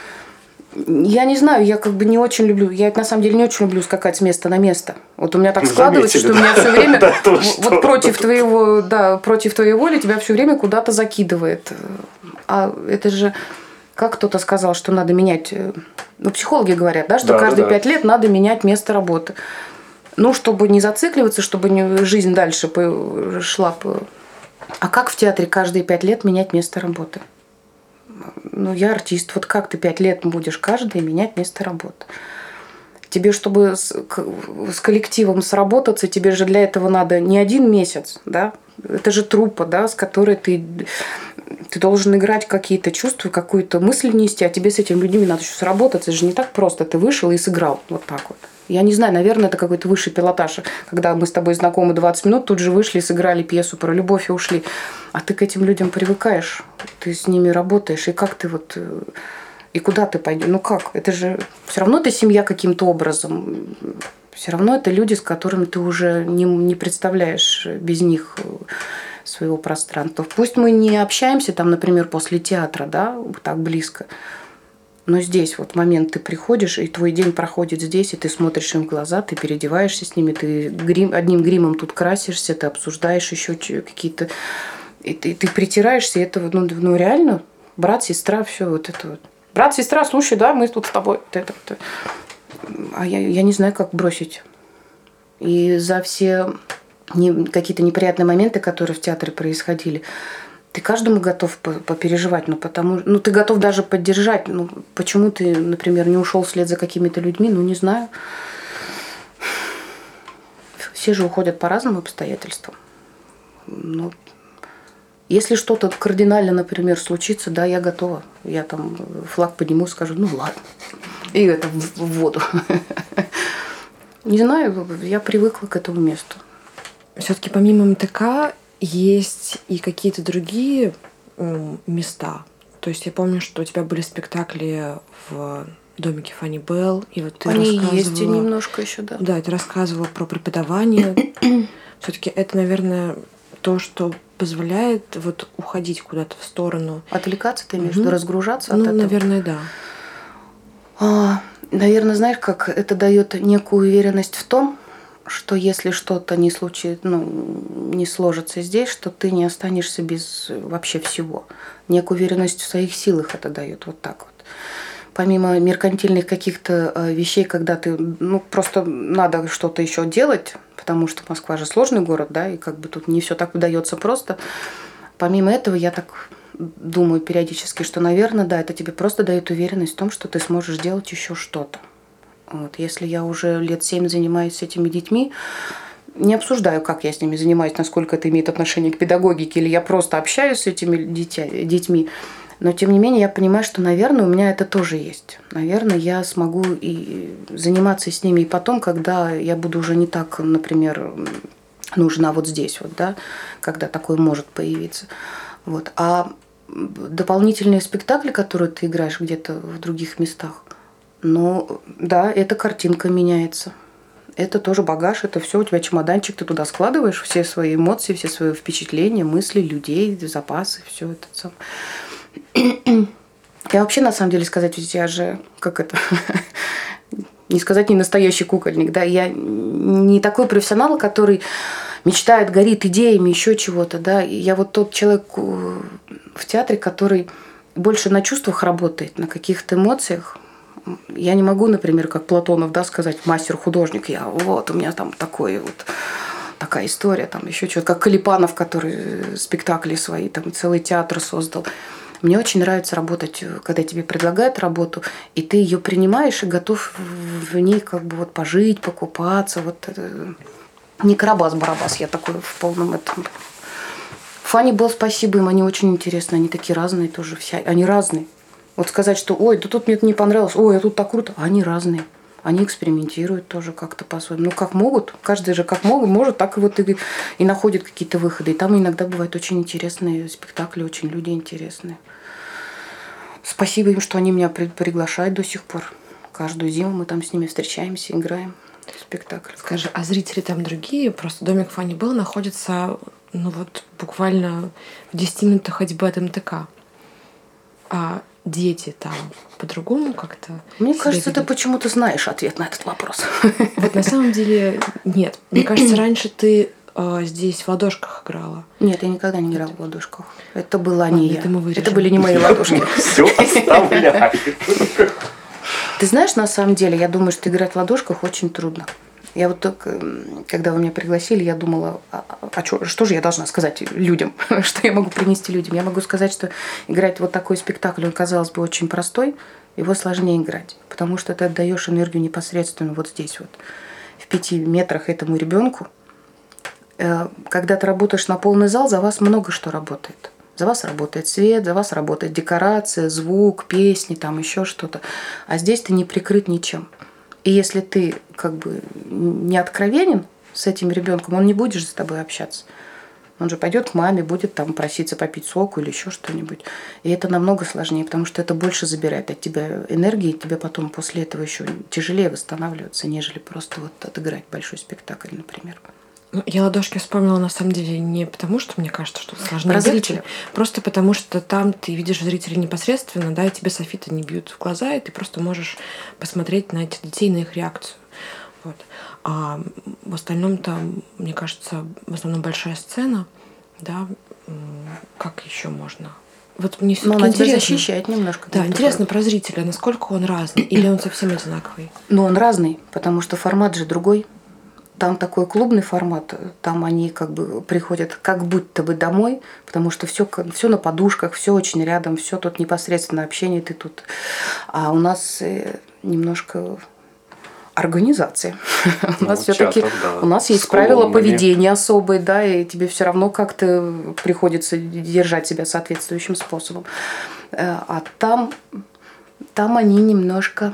Я не знаю, я как бы не очень люблю, я на самом деле не очень люблю скакать с места на место. Вот у меня так складывается, что у меня все время вот против твоей воли тебя все время куда-то закидывает. А это же... Как кто-то сказал, что надо менять... Ну, психологи говорят, да, что каждые 5 лет надо менять место работы. Ну, чтобы не зацикливаться, чтобы жизнь дальше шла. А как в театре каждые 5 лет менять место работы? Ну, я артист. Вот как ты 5 лет будешь каждый менять место работы? Тебе, чтобы с коллективом сработаться, тебе же для этого надо не 1 месяц, да? Это же труппа, да, с которой ты должен играть какие-то чувства, какую-то мысль нести, а тебе с этими людьми надо еще сработаться. Это же не так просто. Ты вышел и сыграл вот так вот. Я не знаю, наверное, это какой-то высший пилотаж. Когда мы с тобой знакомы 20 минут, тут же вышли, сыграли пьесу про любовь и ушли. А ты к этим людям привыкаешь, ты с ними работаешь, и как ты вот... И куда ты пойдешь? Ну как? Это же... Все равно это семья каким-то образом. Все равно это люди, с которыми ты уже не представляешь без них своего пространства. Пусть мы не общаемся там, например, после театра, да, так близко, но здесь вот момент ты приходишь, и твой день проходит здесь, и ты смотришь им в глаза, ты переодеваешься с ними, ты одним гримом тут красишься, ты обсуждаешь еще какие-то... И ты притираешься, и это ну реально брат, сестра, все вот это вот. Брат, сестра, слушай, да, мы тут с тобой. А я не знаю, как бросить. И за все какие-то неприятные моменты, которые в театре происходили, ты каждому готов попереживать, ну, ты готов даже поддержать. Ну, почему ты, например, не ушел вслед за какими-то людьми, ну, не знаю. Все же уходят по разным обстоятельствам. Ну, Если что-то кардинально, например, случится, да, я готова. Я там флаг подниму, скажу, ну ладно. И это в воду. Не знаю, я привыкла к этому месту. Все-таки помимо МТК есть и какие-то другие места. То есть я помню, что у тебя были спектакли в домике Фанни Белл, и вот ты Они рассказывала... есть и немножко еще, да. Да, ты рассказывала про преподавание. Все-таки это, наверное, то, что позволяет вот уходить куда-то в сторону. Отвлекаться, ты имеешь в виду, разгружаться от Ну, этого? наверное, да. Наверное, знаешь, как это дает некую уверенность в том, что если что-то не случится, не сложится здесь, что ты не останешься без вообще всего. Некую уверенность в своих силах это дает вот так вот. Помимо меркантильных каких-то вещей, когда ты, просто надо что-то еще делать, потому что Москва же сложный город, да, и как бы тут не все так удается просто. Помимо этого, я так думаю периодически, что, наверное, да, это тебе просто дает уверенность в том, что ты сможешь делать еще что-то. Вот. Если я уже лет 7 занимаюсь с этими детьми, не обсуждаю, как я с ними занимаюсь, насколько это имеет отношение к педагогике, или я просто общаюсь с этими детьми, но тем не менее я понимаю, что, наверное, у меня это тоже есть. Наверное, я смогу и заниматься с ними и потом, когда я буду уже не так, например, нужна вот здесь, вот, да, когда такое может появиться. Вот. А дополнительные спектакли, которые ты играешь где-то в других местах, да, эта картинка меняется. Это тоже багаж, это все у тебя чемоданчик, ты туда складываешь все свои эмоции, все свои впечатления, мысли, людей, запасы, все это сам. Я вообще, на самом деле, сказать, ведь я же, не сказать, не настоящий кукольник, да, я не такой профессионал, который мечтает, горит идеями, еще чего-то, да, я вот тот человек в театре, который больше на чувствах работает, на каких-то эмоциях. Я не могу, например, как Платонов, да, сказать, мастер-художник, у меня там такая история, там еще что-то, как Калипанов, который спектакли свои, там целый театр создал. Мне очень нравится работать, когда тебе предлагают работу, и ты ее принимаешь и готов в ней пожить, покупаться. Не Карабас-Барабас, я такой в полном этом. Фанни Белл, спасибо им, они очень интересные, они такие разные тоже, они разные. Вот сказать, что ой, да тут мне это не понравилось, ой, а тут так круто, они разные. Они экспериментируют тоже как-то по-своему. Как могут, каждый же как может, так и находит какие-то выходы. И там иногда бывают очень интересные спектакли, очень люди интересные. Спасибо им, что они меня приглашают до сих пор. Каждую зиму мы там с ними встречаемся, играем в спектакль. Скажи, а зрители там другие? Просто домик Фанни Белл находится, буквально в 10 минутах ходьбы от МТК. А дети там по-другому как-то? Мне кажется, ты почему-то знаешь ответ на этот вопрос. Вот на самом деле нет. Мне кажется, раньше ты здесь в ладошках играла. Нет, я никогда не играла в ладошках. Это была не я. Это были не мои ладошки. Все оставляю. Ты знаешь, на самом деле, я думаю, что играть в ладошках очень трудно. Я вот только, когда вы меня пригласили, я думала, что же я должна сказать людям, что я могу принести людям. Я могу сказать, что играть вот такой спектакль, он, казалось бы, очень простой, его сложнее играть, потому что ты отдаешь энергию непосредственно вот здесь вот, в 5 метрах этому ребенку. Когда ты работаешь на полный зал, за вас много что работает. За вас работает свет, за вас работает декорация, звук, песни, там еще что-то. А здесь ты не прикрыт ничем. И если ты не откровенен с этим ребенком, он не будет с тобой общаться. Он же пойдет к маме, будет там проситься попить соку или еще что-нибудь. И это намного сложнее, потому что это больше забирает от тебя энергии, и тебе потом после этого еще тяжелее восстанавливаться, нежели просто отыграть большой спектакль, например. Я ладошки вспомнила на самом деле не потому, что мне кажется, что это сложнее. Про зрителя. Просто потому, что там ты видишь зрителей непосредственно, да, и тебе софиты не бьют в глаза, и ты просто можешь посмотреть на этих детей, на их реакцию. Вот. А в остальном там, мне кажется, в основном большая сцена, да, как еще можно? Вот мне все-таки она интересно. Тебя защищает немножко. Да, интересно про зрителя, насколько он разный, или он совсем одинаковый? Он разный, потому что формат же другой. Там такой клубный формат, там они приходят как будто бы домой, потому что все на подушках, все очень рядом, все тут непосредственно общение, ты тут. А у нас немножко Организация. У нас все-таки театр, да. у нас есть С правила колоннами. поведения особые, да, и тебе все равно как-то приходится держать себя соответствующим способом. А там они немножко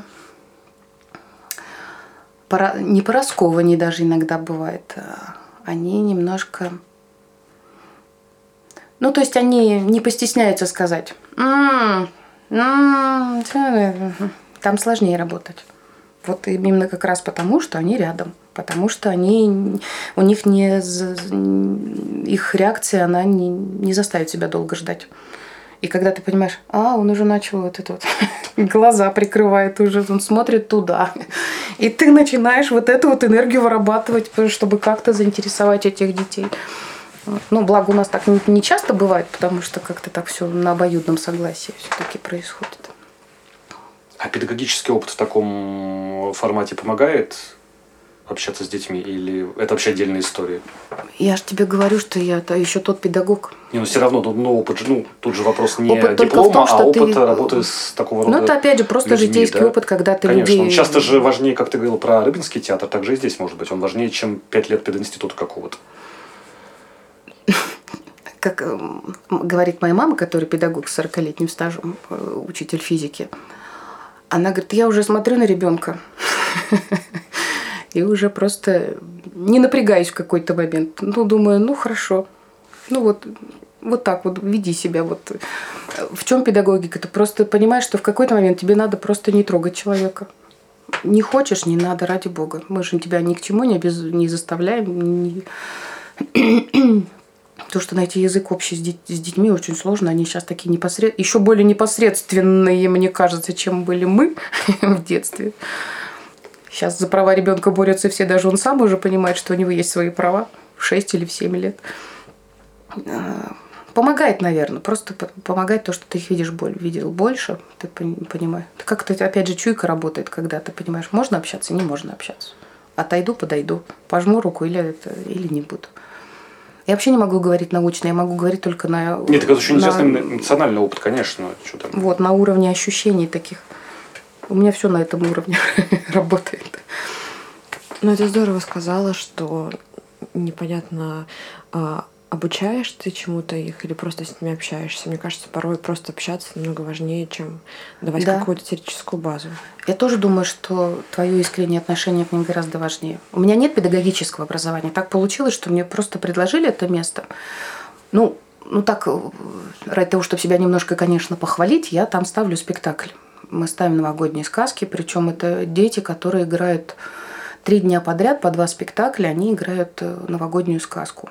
не по-раскованнее даже иногда бывает. Они немножко... Ну, то есть они не постесняются сказать. Там сложнее работать. Вот именно как раз потому, что они рядом. Потому что у них их реакция, она не заставит себя долго ждать. И когда ты понимаешь, он уже начал вот это вот, глаза прикрывает уже, он смотрит туда. И ты начинаешь вот эту вот энергию вырабатывать, чтобы как-то заинтересовать этих детей. Ну, благо у нас так не часто бывает, потому что как-то так все на обоюдном согласии все-таки происходит. А педагогический опыт в таком формате помогает общаться с детьми, или это вообще отдельная история? Я же тебе говорю, что я еще тот педагог. Но все равно, опыт же, тут же вопрос не Опыт только диплома, в том, что а опыт ты... работы с такого рода это опять же просто людьми, житейский да? опыт, когда ты Конечно, людей... он часто же важнее, как ты говорил про Рыбинский театр, так же и здесь может быть. Он важнее, чем 5 лет пединститута какого-то. Как говорит моя мама, которая педагог с 40-летним стажем, учитель физики, она говорит, я уже смотрю на ребенка и уже просто не напрягаюсь в какой-то момент. Думаю, хорошо. Вот так вот веди себя. Вот. В чем педагогика? Ты просто понимаешь, что в какой-то момент тебе надо просто не трогать человека. Не хочешь, не надо, ради бога. Мы же тебя ни к чему не заставляем. То, что найти язык общий с детьми очень сложно. Они сейчас такие еще более непосредственные, мне кажется, чем были мы в детстве. Сейчас за права ребенка борются все, даже он сам уже понимает, что у него есть свои права в 6 или в 7 лет. Помогает, наверное. Просто помогает то, что ты их видел больше, ты понимаешь. Как-то, опять же, чуйка работает, когда ты понимаешь, можно общаться, не можно общаться. Отойду, подойду, пожму руку или не буду. Я вообще не могу говорить научно, я могу говорить только на... Нет, так это очень интересный эмоциональный опыт, конечно. Что там? Вот, на уровне ощущений таких. У меня все на этом уровне работает. Это здорово сказала, что непонятно, обучаешь ты чему-то их или просто с ними общаешься. Мне кажется, порой просто общаться намного важнее, чем давать какую-то теоретическую базу. Я тоже думаю, что твое искреннее отношение к ним гораздо важнее. У меня нет педагогического образования. Так получилось, что мне просто предложили это место. Так, ради того, чтобы себя немножко, конечно, похвалить, я там ставлю спектакль. Мы ставим новогодние сказки, причем это дети, которые играют 3 дня подряд, по 2 спектакля, они играют новогоднюю сказку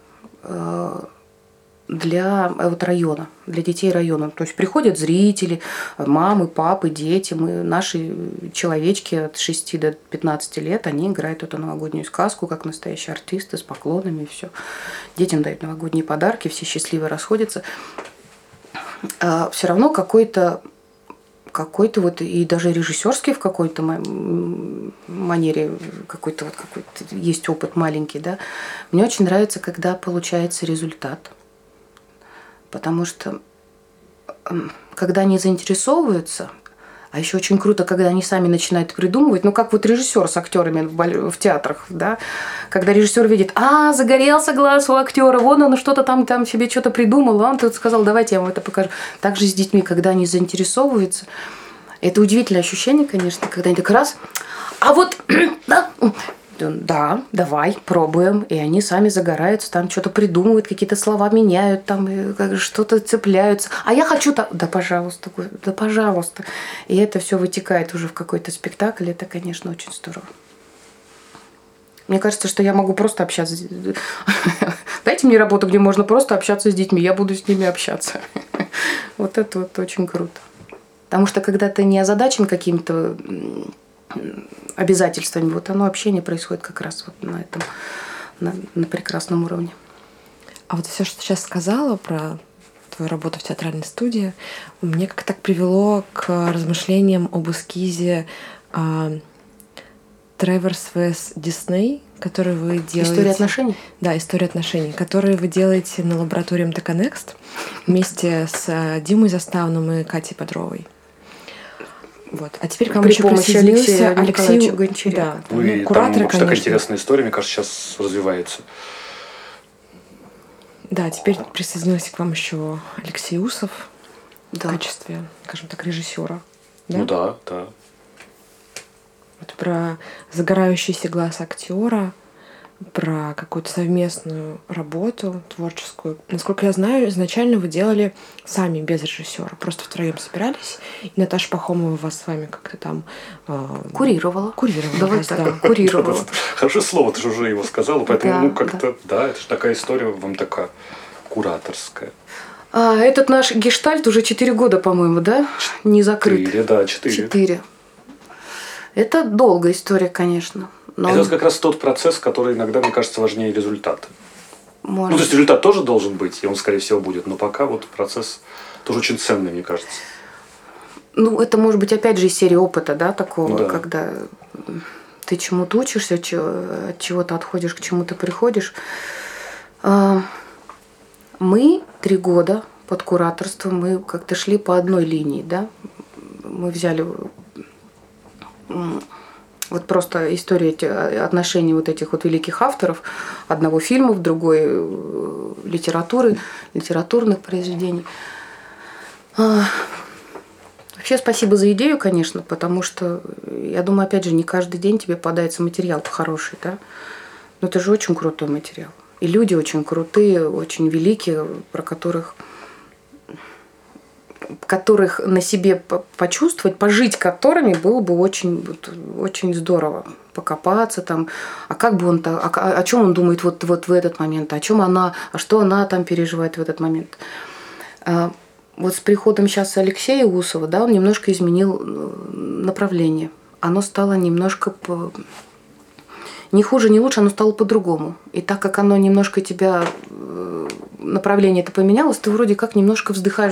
для района, для детей района. То есть приходят зрители, мамы, папы, дети, наши человечки от 6 до 15 лет, они играют эту новогоднюю сказку, как настоящие артисты, с поклонами и все. Детям дают новогодние подарки, все счастливо расходятся. Все равно какой-то и даже режиссерский в какой-то манере какой-то есть опыт маленький, да. Мне очень нравится, когда получается результат. Потому что когда они заинтересовываются, а еще очень круто, когда они сами начинают придумывать, как режиссер с актерами в театрах, да, когда режиссер видит, загорелся глаз у актера, вон он что-то там себе что-то придумал, он тут сказал, давайте я вам это покажу. Так же с детьми, когда они заинтересовываются, это удивительное ощущение, конечно, когда они так раз, да, давай, пробуем. И они сами загораются, там что-то придумывают, какие-то слова меняют, там что-то цепляются. А я хочу так, да, пожалуйста. И это все вытекает уже в какой-то спектакль. Это, конечно, очень здорово. Мне кажется, что я могу просто общаться. Дайте мне работу, где можно просто общаться с детьми. Я буду с ними общаться. Вот это очень круто. Потому что когда ты не озадачен каким-то обязательствами, оно общение происходит как раз на этом, на прекрасном уровне. А все, что ты сейчас сказала про твою работу в театральной студии, мне как так привело к размышлениям об эскизе Traverse vs. Disney, который вы делаете... История отношений? Да, история отношений, который вы делаете на лаборатории MT Connect вместе с Димой Заставным и Катей Бодровой. Вот. А теперь к вам При еще помощи присоединился Алексея Николаевича Алексей. Гончаренко. Да, Ну, и кураторы, там вообще такая конечно. интересная история, мне кажется, сейчас развивается. Да, теперь присоединился к вам еще Алексей Усов в Да. качестве, скажем так, режиссера. Ну да, да. Вот про загорающийся глаз актера, про какую-то совместную работу творческую. Насколько я знаю, изначально вы делали сами без режиссера, просто втроем собирались, и Наташа Пахомова вас с вами как-то там Курировала. курировала. Давай вас, так, да. курировала. Хорошее слово, ты же уже его сказала, поэтому, Да, ну, как-то, да, это же такая история вам такая кураторская. Этот наш гештальт уже 4 года, по-моему, да? Не закрыт. 4, да, 4. 4. Это долгая история, конечно. Но Это вот как раз тот процесс, который иногда, мне кажется, важнее результата. Ну, то может... есть результат тоже должен быть, и он, скорее всего, будет, но пока вот процесс тоже очень ценный, мне кажется. Ну, это может быть, опять же, из серии опыта, да, такого, Да. когда ты чему-то учишься, от чего-то отходишь, к чему-то приходишь. Мы 3 года под кураторством, мы как-то шли по одной линии, да. Мы взяли вот просто история отношений вот этих вот великих авторов, одного фильма, другой литературы, литературных произведений. Вообще спасибо за идею, конечно, потому что, я думаю, опять же, не каждый день тебе попадается материал хороший, да? Но это же очень крутой материал. И люди очень крутые, очень великие, про которых на себе почувствовать, пожить которыми было бы очень, очень здорово. Покопаться там, а как бы он там, о чем он думает вот в этот момент, о чем она, а что она там переживает в этот момент. Вот с приходом сейчас Алексея Усова, да, он немножко изменил направление. Оно стало немножко не хуже, не лучше, оно стало по-другому. И так как оно немножко тебя, направление это поменялось, ты вроде как немножко вздыхаешь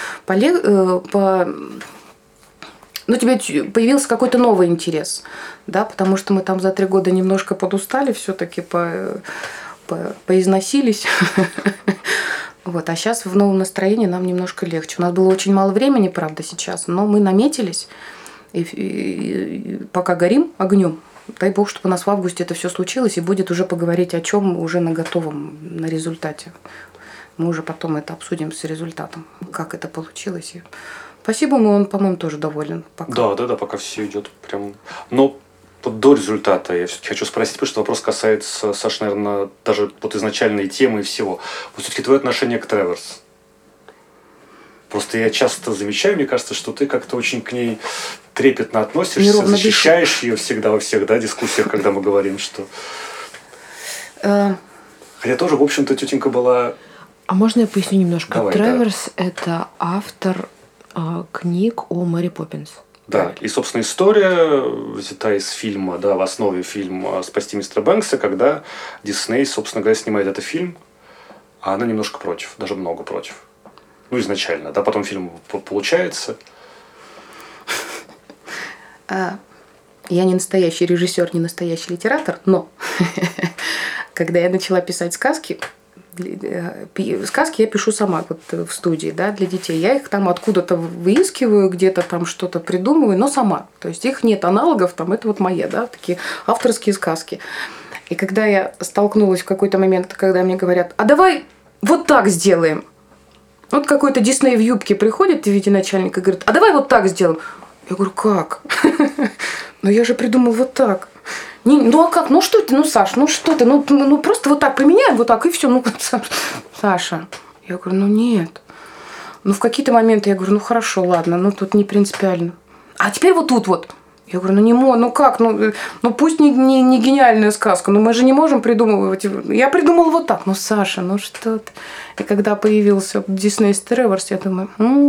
ну, тебе появился какой-то новый интерес, да, потому что мы там за 3 года немножко подустали, все-таки поизносились. Вот, а сейчас в новом настроении нам немножко легче. У нас было очень мало времени, правда, сейчас, но мы наметились, и пока горим огнем. Дай бог, чтобы у нас в августе это все случилось, и будет уже поговорить о чем уже на готовом, на результате. Мы уже потом это обсудим с результатом, как это получилось. И спасибо ему, он, по-моему, тоже доволен. Пока. Да, пока все идет прям. Но вот до результата я все-таки хочу спросить, потому что вопрос касается, Саша, наверное, даже вот изначальной темы и всего. Вот все-таки твое отношение к Треворс. Просто я часто замечаю, мне кажется, что ты как-то очень к ней трепетно относишься, Неровно защищаешь ее всегда во всех дискуссиях, когда мы говорим, что... Хотя тоже, в общем-то, тетенька была... А можно я поясню немножко? Давай, Треворс – это автор книг о Мэри Поппинс. Да, и, собственно, история взята из фильма, да, в основе фильма «Спасти мистера Бэнкса», когда Дисней, собственно говоря, снимает этот фильм, а она немножко против, даже много против. Ну, изначально, да, потом фильм получается. Я не настоящий режиссер, не настоящий литератор, но когда я начала писать сказки я пишу сама вот в студии, да, для детей. Я их там откуда-то выискиваю, где-то там что-то придумываю, но сама. То есть их нет аналогов, там это вот мои, да, такие авторские сказки. И когда я столкнулась в какой-то момент, когда мне говорят, а давай вот так сделаем. Вот какой-то Дисней в юбке приходит в виде начальника и говорит, а давай вот так сделаем. Я говорю, как? Ну я же придумал вот так. Ну а как? Ну что ты, ну Саш, ну что ты, ну просто вот так поменяем, вот так и все. Ну Саша, я говорю, ну нет. Ну в какие-то моменты я говорю, ну хорошо, ладно, ну тут не принципиально. А теперь вот тут вот. Я говорю, ну как, ну пусть не гениальная сказка, но мы же не можем придумывать. Я придумала вот так. Ну Саша, ну что ты. И когда появился Дисней Треворс, я думаю,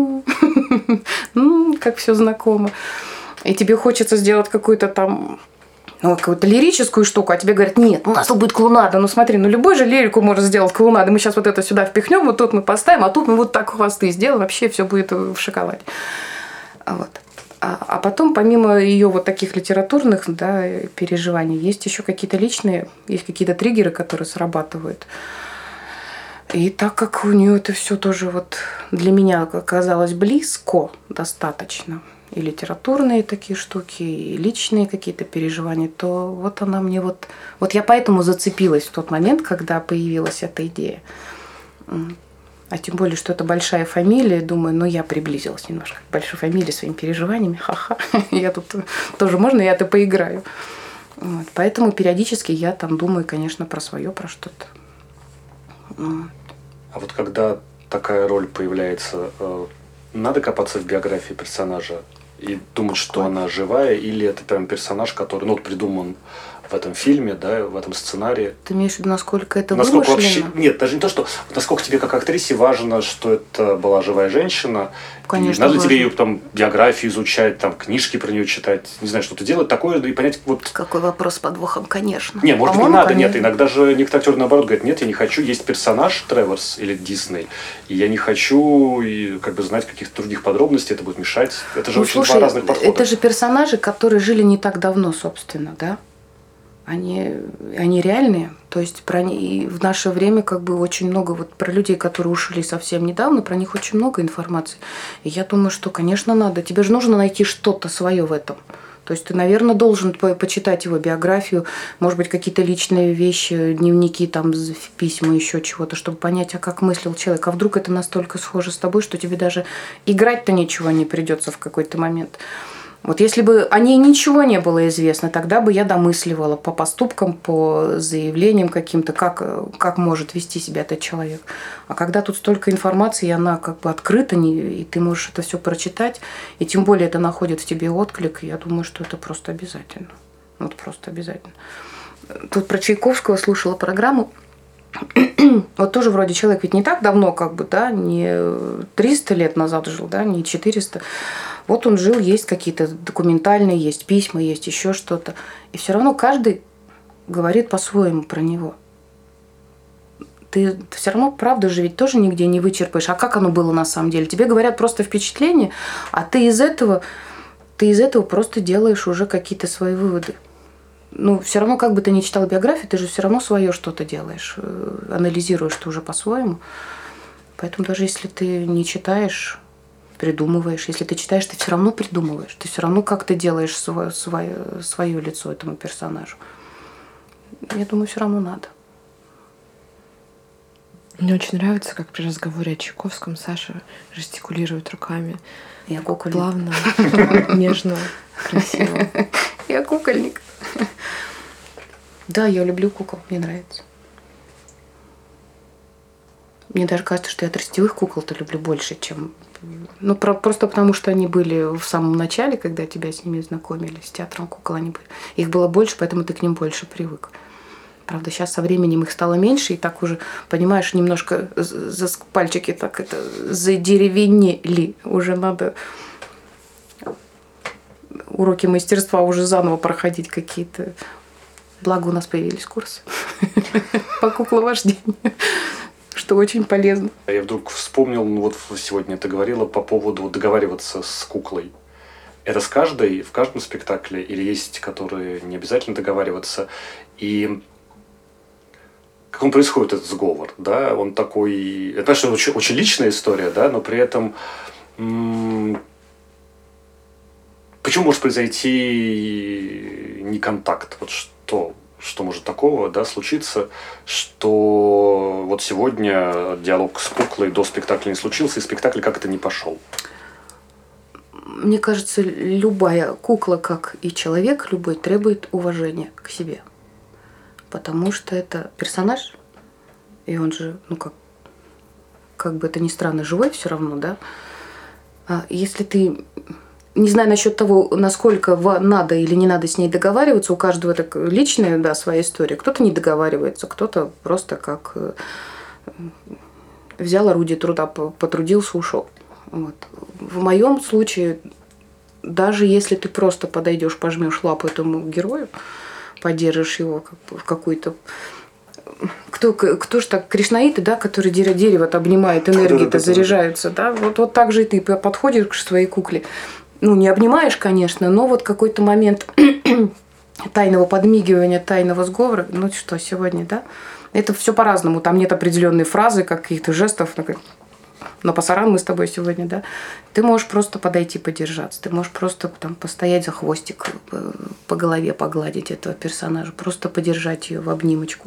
как все знакомо. И тебе хочется сделать какую-то там какую-то лирическую штуку, а тебе говорят, нет, у нас тут будет клоунада. Ну смотри, любой же лирику может сделать клоунада. Мы сейчас вот это сюда впихнем, вот тут мы поставим, а тут мы вот так хвосты сделаем, вообще все будет в шоколаде. Вот. А потом, помимо ее вот таких литературных, да, переживаний, есть еще какие-то личные, есть какие-то триггеры, которые срабатывают. И так как у нее это все тоже вот для меня оказалось близко достаточно, и литературные такие штуки, и личные какие-то переживания, то вот она мне вот я поэтому зацепилась в тот момент, когда появилась эта идея. А тем более, что это большая фамилия, думаю, ну я приблизилась немножко к большой фамилии своими переживаниями, ха-ха, я тут тоже можно, я-то поиграю. Вот. Поэтому периодически я там думаю, конечно, про свое, про что-то. А вот когда такая роль появляется, надо копаться в биографии персонажа и думать, что она живая, или это прям персонаж, который, ну, вот придуман в этом фильме, да, в этом сценарии. Ты имеешь в виду, насколько это насколько вымышленно? вообще... Нет, даже не то, что... Насколько тебе как актрисе важно, что это была живая женщина. Конечно, надо важно. тебе ее там биографию изучать, там книжки про нее читать, не знаю, что-то делать такое, и понять, вот... Какой вопрос с подвохом, конечно. Не, может быть, не По-моему, надо, конечно. нет. Иногда же некоторые актеры, наоборот, говорят, нет, я не хочу, есть персонаж Треворс или Дисней, и я не хочу и, как бы, знать каких-то других подробностей, это будет мешать. Это же Ну, очень слушай, два разных подхода. это же персонажи, которые жили не так давно, собственно, да? Они реальные. То есть и в наше время как бы очень много вот про людей, которые ушли совсем недавно, про них очень много информации. И я думаю, что, конечно, надо. Тебе же нужно найти что-то свое в этом. То есть ты, наверное, должен почитать его биографию, может быть, какие-то личные вещи, дневники, там, письма, еще чего-то, чтобы понять, а как мыслил человек. А вдруг это настолько схоже с тобой, что тебе даже играть-то ничего не придется в какой-то момент. Вот если бы о ней ничего не было известно, тогда бы я домысливала по поступкам, по заявлениям каким-то, как может вести себя этот человек. А когда тут столько информации, и она как бы открыта, и ты можешь это все прочитать, и тем более это находит в тебе отклик, я думаю, что это просто обязательно. Вот просто обязательно. Тут про Чайковского слушала программу. Вот тоже вроде человек ведь не так давно, как бы, да, не 300 лет назад жил, да, не 400. Вот он жил, есть какие-то документальные, есть письма, есть еще что-то. И все равно каждый говорит по-своему про него. Ты все равно правду же ведь тоже нигде не вычерпаешь. А как оно было на самом деле? Тебе говорят просто впечатление, а ты из этого просто делаешь уже какие-то свои выводы. Ну, все равно, как бы ты ни читал биографию, ты же все равно свое что-то делаешь, анализируешь ты уже по-своему. Поэтому даже если ты не читаешь, придумываешь. Если ты читаешь, ты все равно придумываешь. Ты все равно как-то делаешь свое лицо этому персонажу. Я думаю, все равно надо. Мне очень нравится, как при разговоре о Чайковском Саша жестикулирует руками. Я кукольник. Плавно, нежно, красиво. Я кукольник. Да, я люблю кукол, мне нравится. Мне даже кажется, что я тростевых кукол-то люблю больше, чем... Ну, просто потому, что они были в самом начале, когда тебя с ними знакомили, с театром кукол они были. Их было больше, поэтому ты к ним больше привык. Правда, сейчас со временем их стало меньше, и так уже, понимаешь, немножко пальчики так это задеревенели. Уже надо уроки мастерства уже заново проходить какие-то. Благо у нас появились курсы по кукловождению, что очень полезно. Я вдруг вспомнил, ну вот сегодня ты говорила по поводу договариваться с куклой. Это с каждой, в каждом спектакле, или есть, которые не обязательно договариваться? И как он происходит, этот сговор, да? Он такой... Это, конечно, очень, очень личная история, да, но при этом... Почему может произойти неконтакт? Вот что может такого, да, случиться, что вот сегодня диалог с куклой до спектакля не случился, и спектакль как-то не пошел? Мне кажется, любая кукла, как и человек любой, требует уважения к себе. Потому что это персонаж, и он же, ну как бы это ни странно, живой все равно, да. А если ты, не знаю насчет того, насколько надо или не надо с ней договариваться, у каждого так личная, да, своя история. Кто-то не договаривается, кто-то просто как взял орудие труда, потрудился, ушел. Вот. В моем случае, даже если ты просто подойдешь, пожмешь лапу этому герою, поддержишь его в какую-то... Кто ж так, кришнаиты, да, которые дерево-то обнимают, энергии-то заряжаются, да, вот так же и ты подходишь к своей кукле. Ну, не обнимаешь, конечно, но вот какой-то момент тайного подмигивания, тайного сговора, ну что, сегодня, да, это все по-разному, там нет определенной фразы, каких-то жестов, но пасаран мы с тобой сегодня, да, ты можешь просто подойти подержаться, ты можешь просто там постоять за хвостик, по голове погладить этого персонажа, просто подержать ее в обнимочку.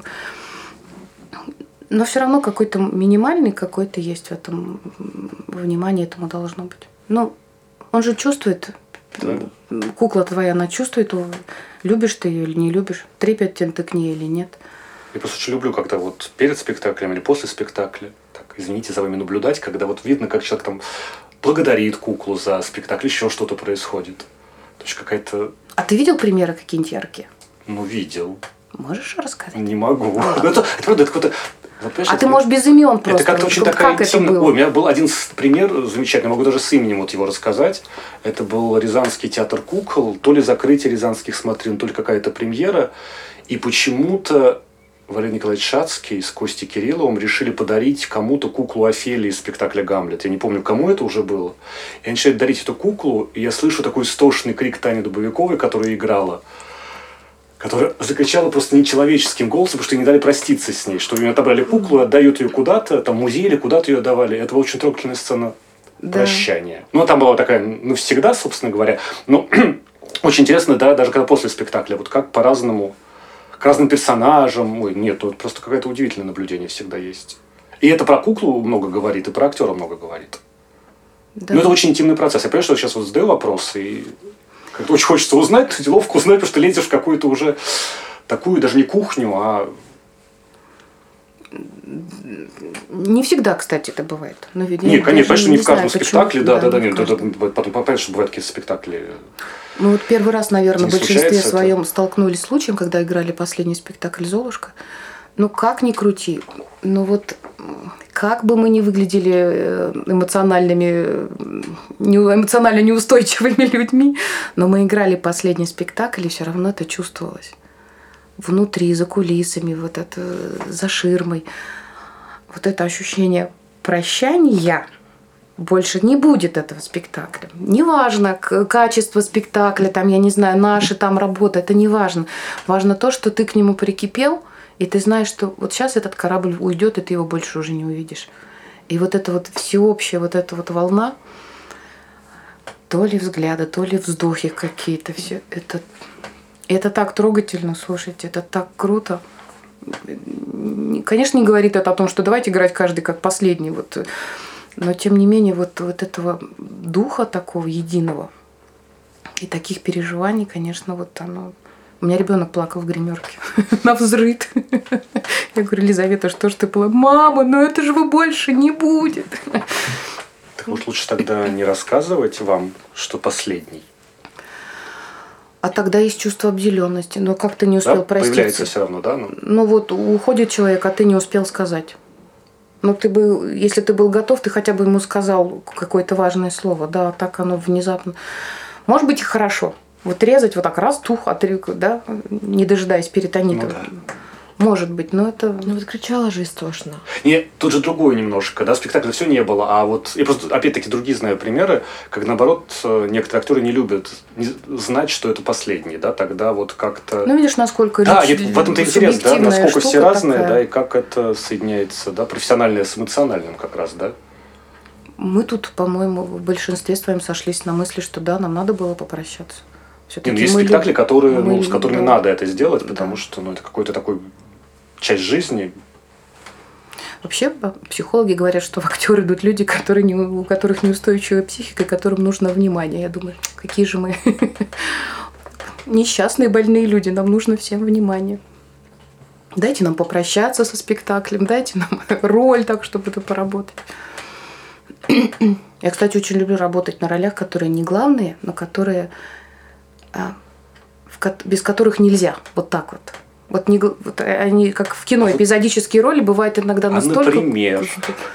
Но все равно какой-то минимальный какой-то есть в этом внимание этому должно быть. Ну, он же чувствует, Да. кукла твоя, она чувствует, любишь ты ее или не любишь, трепет ты к ней или нет. Я просто очень люблю, когда вот перед спектаклем или после спектакля, так, извините за вами наблюдать, когда вот видно, как человек там благодарит куклу за спектакль, еще что-то происходит. То есть какая-то... А ты видел примеры какие-нибудь яркие? Ну, видел. Можешь рассказать? Не могу. Ну, это правда, это какой-то... Вот, А ты можешь без имен просто. Это как-то очень как такая это интимная... было? Ой, у меня был один пример замечательный, могу даже с именем вот его рассказать. Это был Рязанский театр кукол, то ли закрытие Рязанских смотрин, то ли какая-то премьера. И почему-то Валерий Николаевич Шацкий с Костей Кирилловым решили подарить кому-то куклу Офелии из спектакля «Гамлет». Я не помню, кому это уже было. И они начинают дарить эту куклу, и я слышу такой истошный крик Тани Дубовиковой, которая играла, которая закричала просто нечеловеческим голосом, потому что ей не дали проститься с ней, что у нее отобрали куклу, отдают ее куда-то, там в музей или куда-то ее отдавали. Это была очень трогательная сцена прощания. Ну, там была такая навсегда, собственно говоря. Но очень интересно, да, даже когда после спектакля, вот как по-разному, к разным персонажам. Ой, нет, тут просто какое-то удивительное наблюдение всегда есть. И это про куклу много говорит, и про актера много говорит. Да. Но это очень интимный процесс. Я понимаю, что я сейчас вот задаю вопросы, и как-то очень хочется узнать, ловко узнать, потому что лезешь в какую-то уже такую, даже не кухню, а... Не всегда, кстати, это бывает. Но ведь Нет, конечно, не в каждом знаю, спектакле, почему. да, не в нет, каждом. потом понятно, что бывают какие-то спектакли. Ну вот первый раз, наверное, Не в большинстве случается своем столкнулись с случаем, когда играли последний спектакль «Золушка». Ну как ни крути, ну вот как бы мы ни выглядели эмоционально неустойчивыми людьми, но мы играли последний спектакль, и все равно это чувствовалось. Внутри, за кулисами, вот это, за ширмой. Вот это ощущение прощания. Больше не будет этого спектакля. Неважно качество спектакля, там, я не знаю, наша там работа, это не важно. Важно то, что ты к нему прикипел, и ты знаешь, что вот сейчас этот корабль уйдет, и ты его больше уже не увидишь. И вот эта вот всеобщая вот эта вот волна, то ли взгляды, то ли вздохи какие-то, все это так трогательно, слушайте, это так круто. Конечно, не говорит это о том, что давайте играть каждый как последний, вот. Но тем не менее вот этого духа такого единого и таких переживаний, конечно, вот оно... У меня ребенок плакал в гримерке навзрыд. Я говорю: Лизавета, что ж ты плакала? Мама, ну это же вы больше не будет. Так может лучше тогда не рассказывать вам, что последний? А тогда есть чувство обделенности. Но как ты не успел проститься? Появляется все равно, да? Ну вот уходит человек, а ты не успел сказать. Ну, если ты был готов, ты хотя бы ему сказал какое-то важное слово. Да, так оно внезапно. Может быть, и хорошо. Вот резать вот так раз, тух, да, не дожидаясь перитонита. Ну, да. Может быть, но это... Ну вот кричала же истошно. Нет, тут же другое немножко, да, спектакля все не было, а вот я просто, опять-таки, другие знаю примеры, как, наоборот, некоторые актеры не любят знать, что это последний, да, тогда вот как-то... Ну, видишь, насколько... Да, нет, в этом-то интерес, да, насколько все разные, такая. да, и как это соединяется, да, профессиональное с эмоциональным как раз, да. Мы тут, по-моему, в большинстве своем сошлись на мысли, что да, нам надо было попрощаться. Нет, есть спектакли, которые, с которыми да. надо это сделать, потому Да. что, это какой-то такой часть жизни. Вообще, психологи говорят, что в актеры идут люди, у которых неустойчивая психика, которым нужно внимание. Я думаю, какие же мы несчастные, больные люди, нам нужно всем внимание. Дайте нам попрощаться со спектаклем, дайте нам роль так, чтобы это поработать. Я, кстати, очень люблю работать на ролях, которые не главные, но которые без которых нельзя. Вот так вот. Вот они, как в кино, эпизодические роли бывают иногда настолько... Например?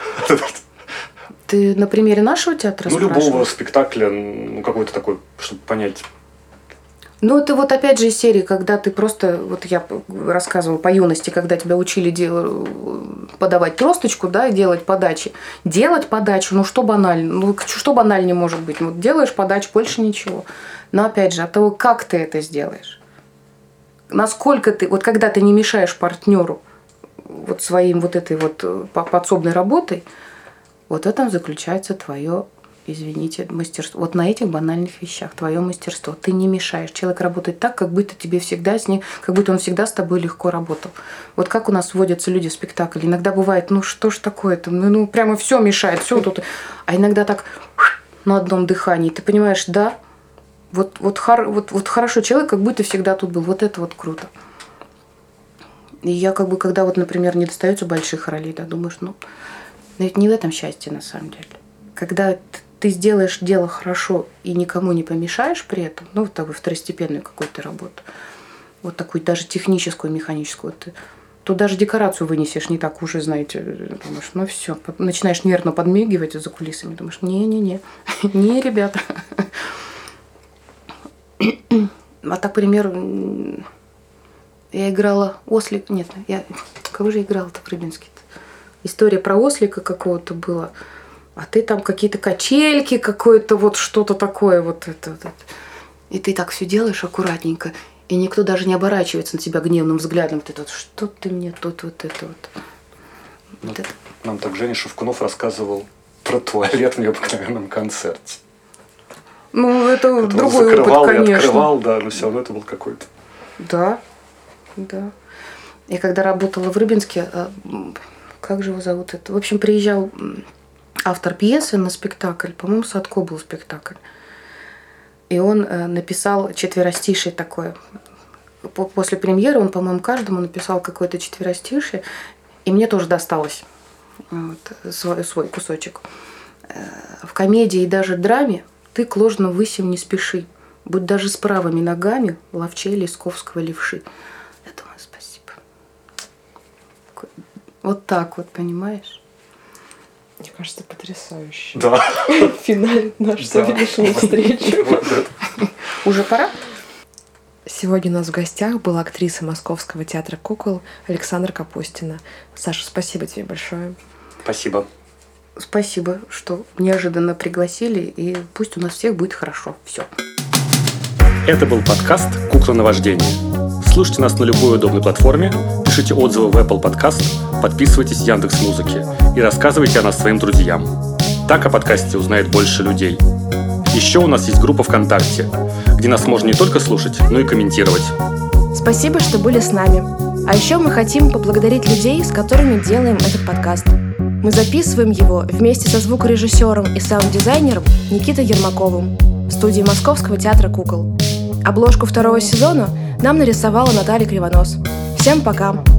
Ты на примере нашего театра спрашиваешь? Любого спектакля, какой-то такой, чтобы понять. Ну, это вот опять же из серии, когда ты просто... Вот я рассказывала по юности, когда тебя учили подавать тросточку, да, и делать подачи. Делать подачу, что банально? Что банальнее может быть? Вот делаешь подачу, больше ничего. Но опять же, от того, как ты это сделаешь. Насколько ты... Вот когда ты не мешаешь партнеру вот своим вот этой вот подсобной работой, Вот в этом заключается твое, извините, мастерство. Вот на этих банальных вещах твое мастерство. Ты не мешаешь. Человек работает так, как будто тебе всегда с ним, как будто он всегда с тобой легко работал. Вот как у нас вводятся люди в спектакль. Иногда бывает, ну что ж такое-то, ну прямо все мешает, все тут. А иногда так на одном дыхании. Ты понимаешь, да, вот хорошо, человек как будто всегда тут был. Вот это вот круто. И я как бы, когда вот, например, не достаются больших ролей, да, думаешь, ну, ведь не в этом счастье на самом деле. Когда ты сделаешь дело хорошо и никому не помешаешь при этом, ну, вот такую второстепенную какую-то работу, вот такую даже техническую, механическую, то даже декорацию вынесешь не так уже, знаете, думаешь, ну все, начинаешь нервно подмигивать за кулисами, думаешь, не, ребята. А так, к примеру, я играла ослик, нет, кого же играла-то в Рыбинске-то? История про ослика какого-то была. А ты там какие-то качельки, какое-то вот что-то такое вот это. И ты так все делаешь аккуратненько, и никто даже не оборачивается на тебя гневным взглядом. Ты тут, что ты мне тут вот это вот. Нам так Женя Шевкунов рассказывал про туалет в необыкновенном концерте. Ну, это другой опыт, закрывал и открывал, да, но все равно это был какой-то. Да. Я когда работала в Рыбинске, как же его зовут это? В общем, приезжал автор пьесы на спектакль, по-моему, Садко был спектакль. И он написал четверостишие такое. После премьеры он, по-моему, каждому написал какое-то четверостишие, и мне тоже досталось свой кусочек. В комедии и даже драме ты к ложным высям не спеши, будь даже с правыми ногами ловчей лесковского левши. Я думаю, спасибо. Вот так вот, понимаешь? Мне кажется, потрясающе. Да. Финалит нашу сегодняшнюю встречу. Уже пора? Сегодня у нас в гостях была актриса Московского театра кукол Александра Капустина. Саша, спасибо тебе большое. Спасибо. Спасибо, что неожиданно пригласили, и пусть у нас всех будет хорошо. Все. Это был подкаст «Кукла на вождение». Слушайте нас на любой удобной платформе, пишите отзывы в Apple Podcast, подписывайтесь в Яндекс.Музыке и рассказывайте о нас своим друзьям. Так о подкасте узнает больше людей. Еще у нас есть группа ВКонтакте, где нас можно не только слушать, но и комментировать. Спасибо, что были с нами. А еще мы хотим поблагодарить людей, с которыми делаем этот подкаст. Мы записываем его вместе со звукорежиссером и саунд-дизайнером Никитой Ермаковым в студии Московского театра кукол. Обложку 2 сезона нам нарисовала Наталья Кривонос. Всем пока!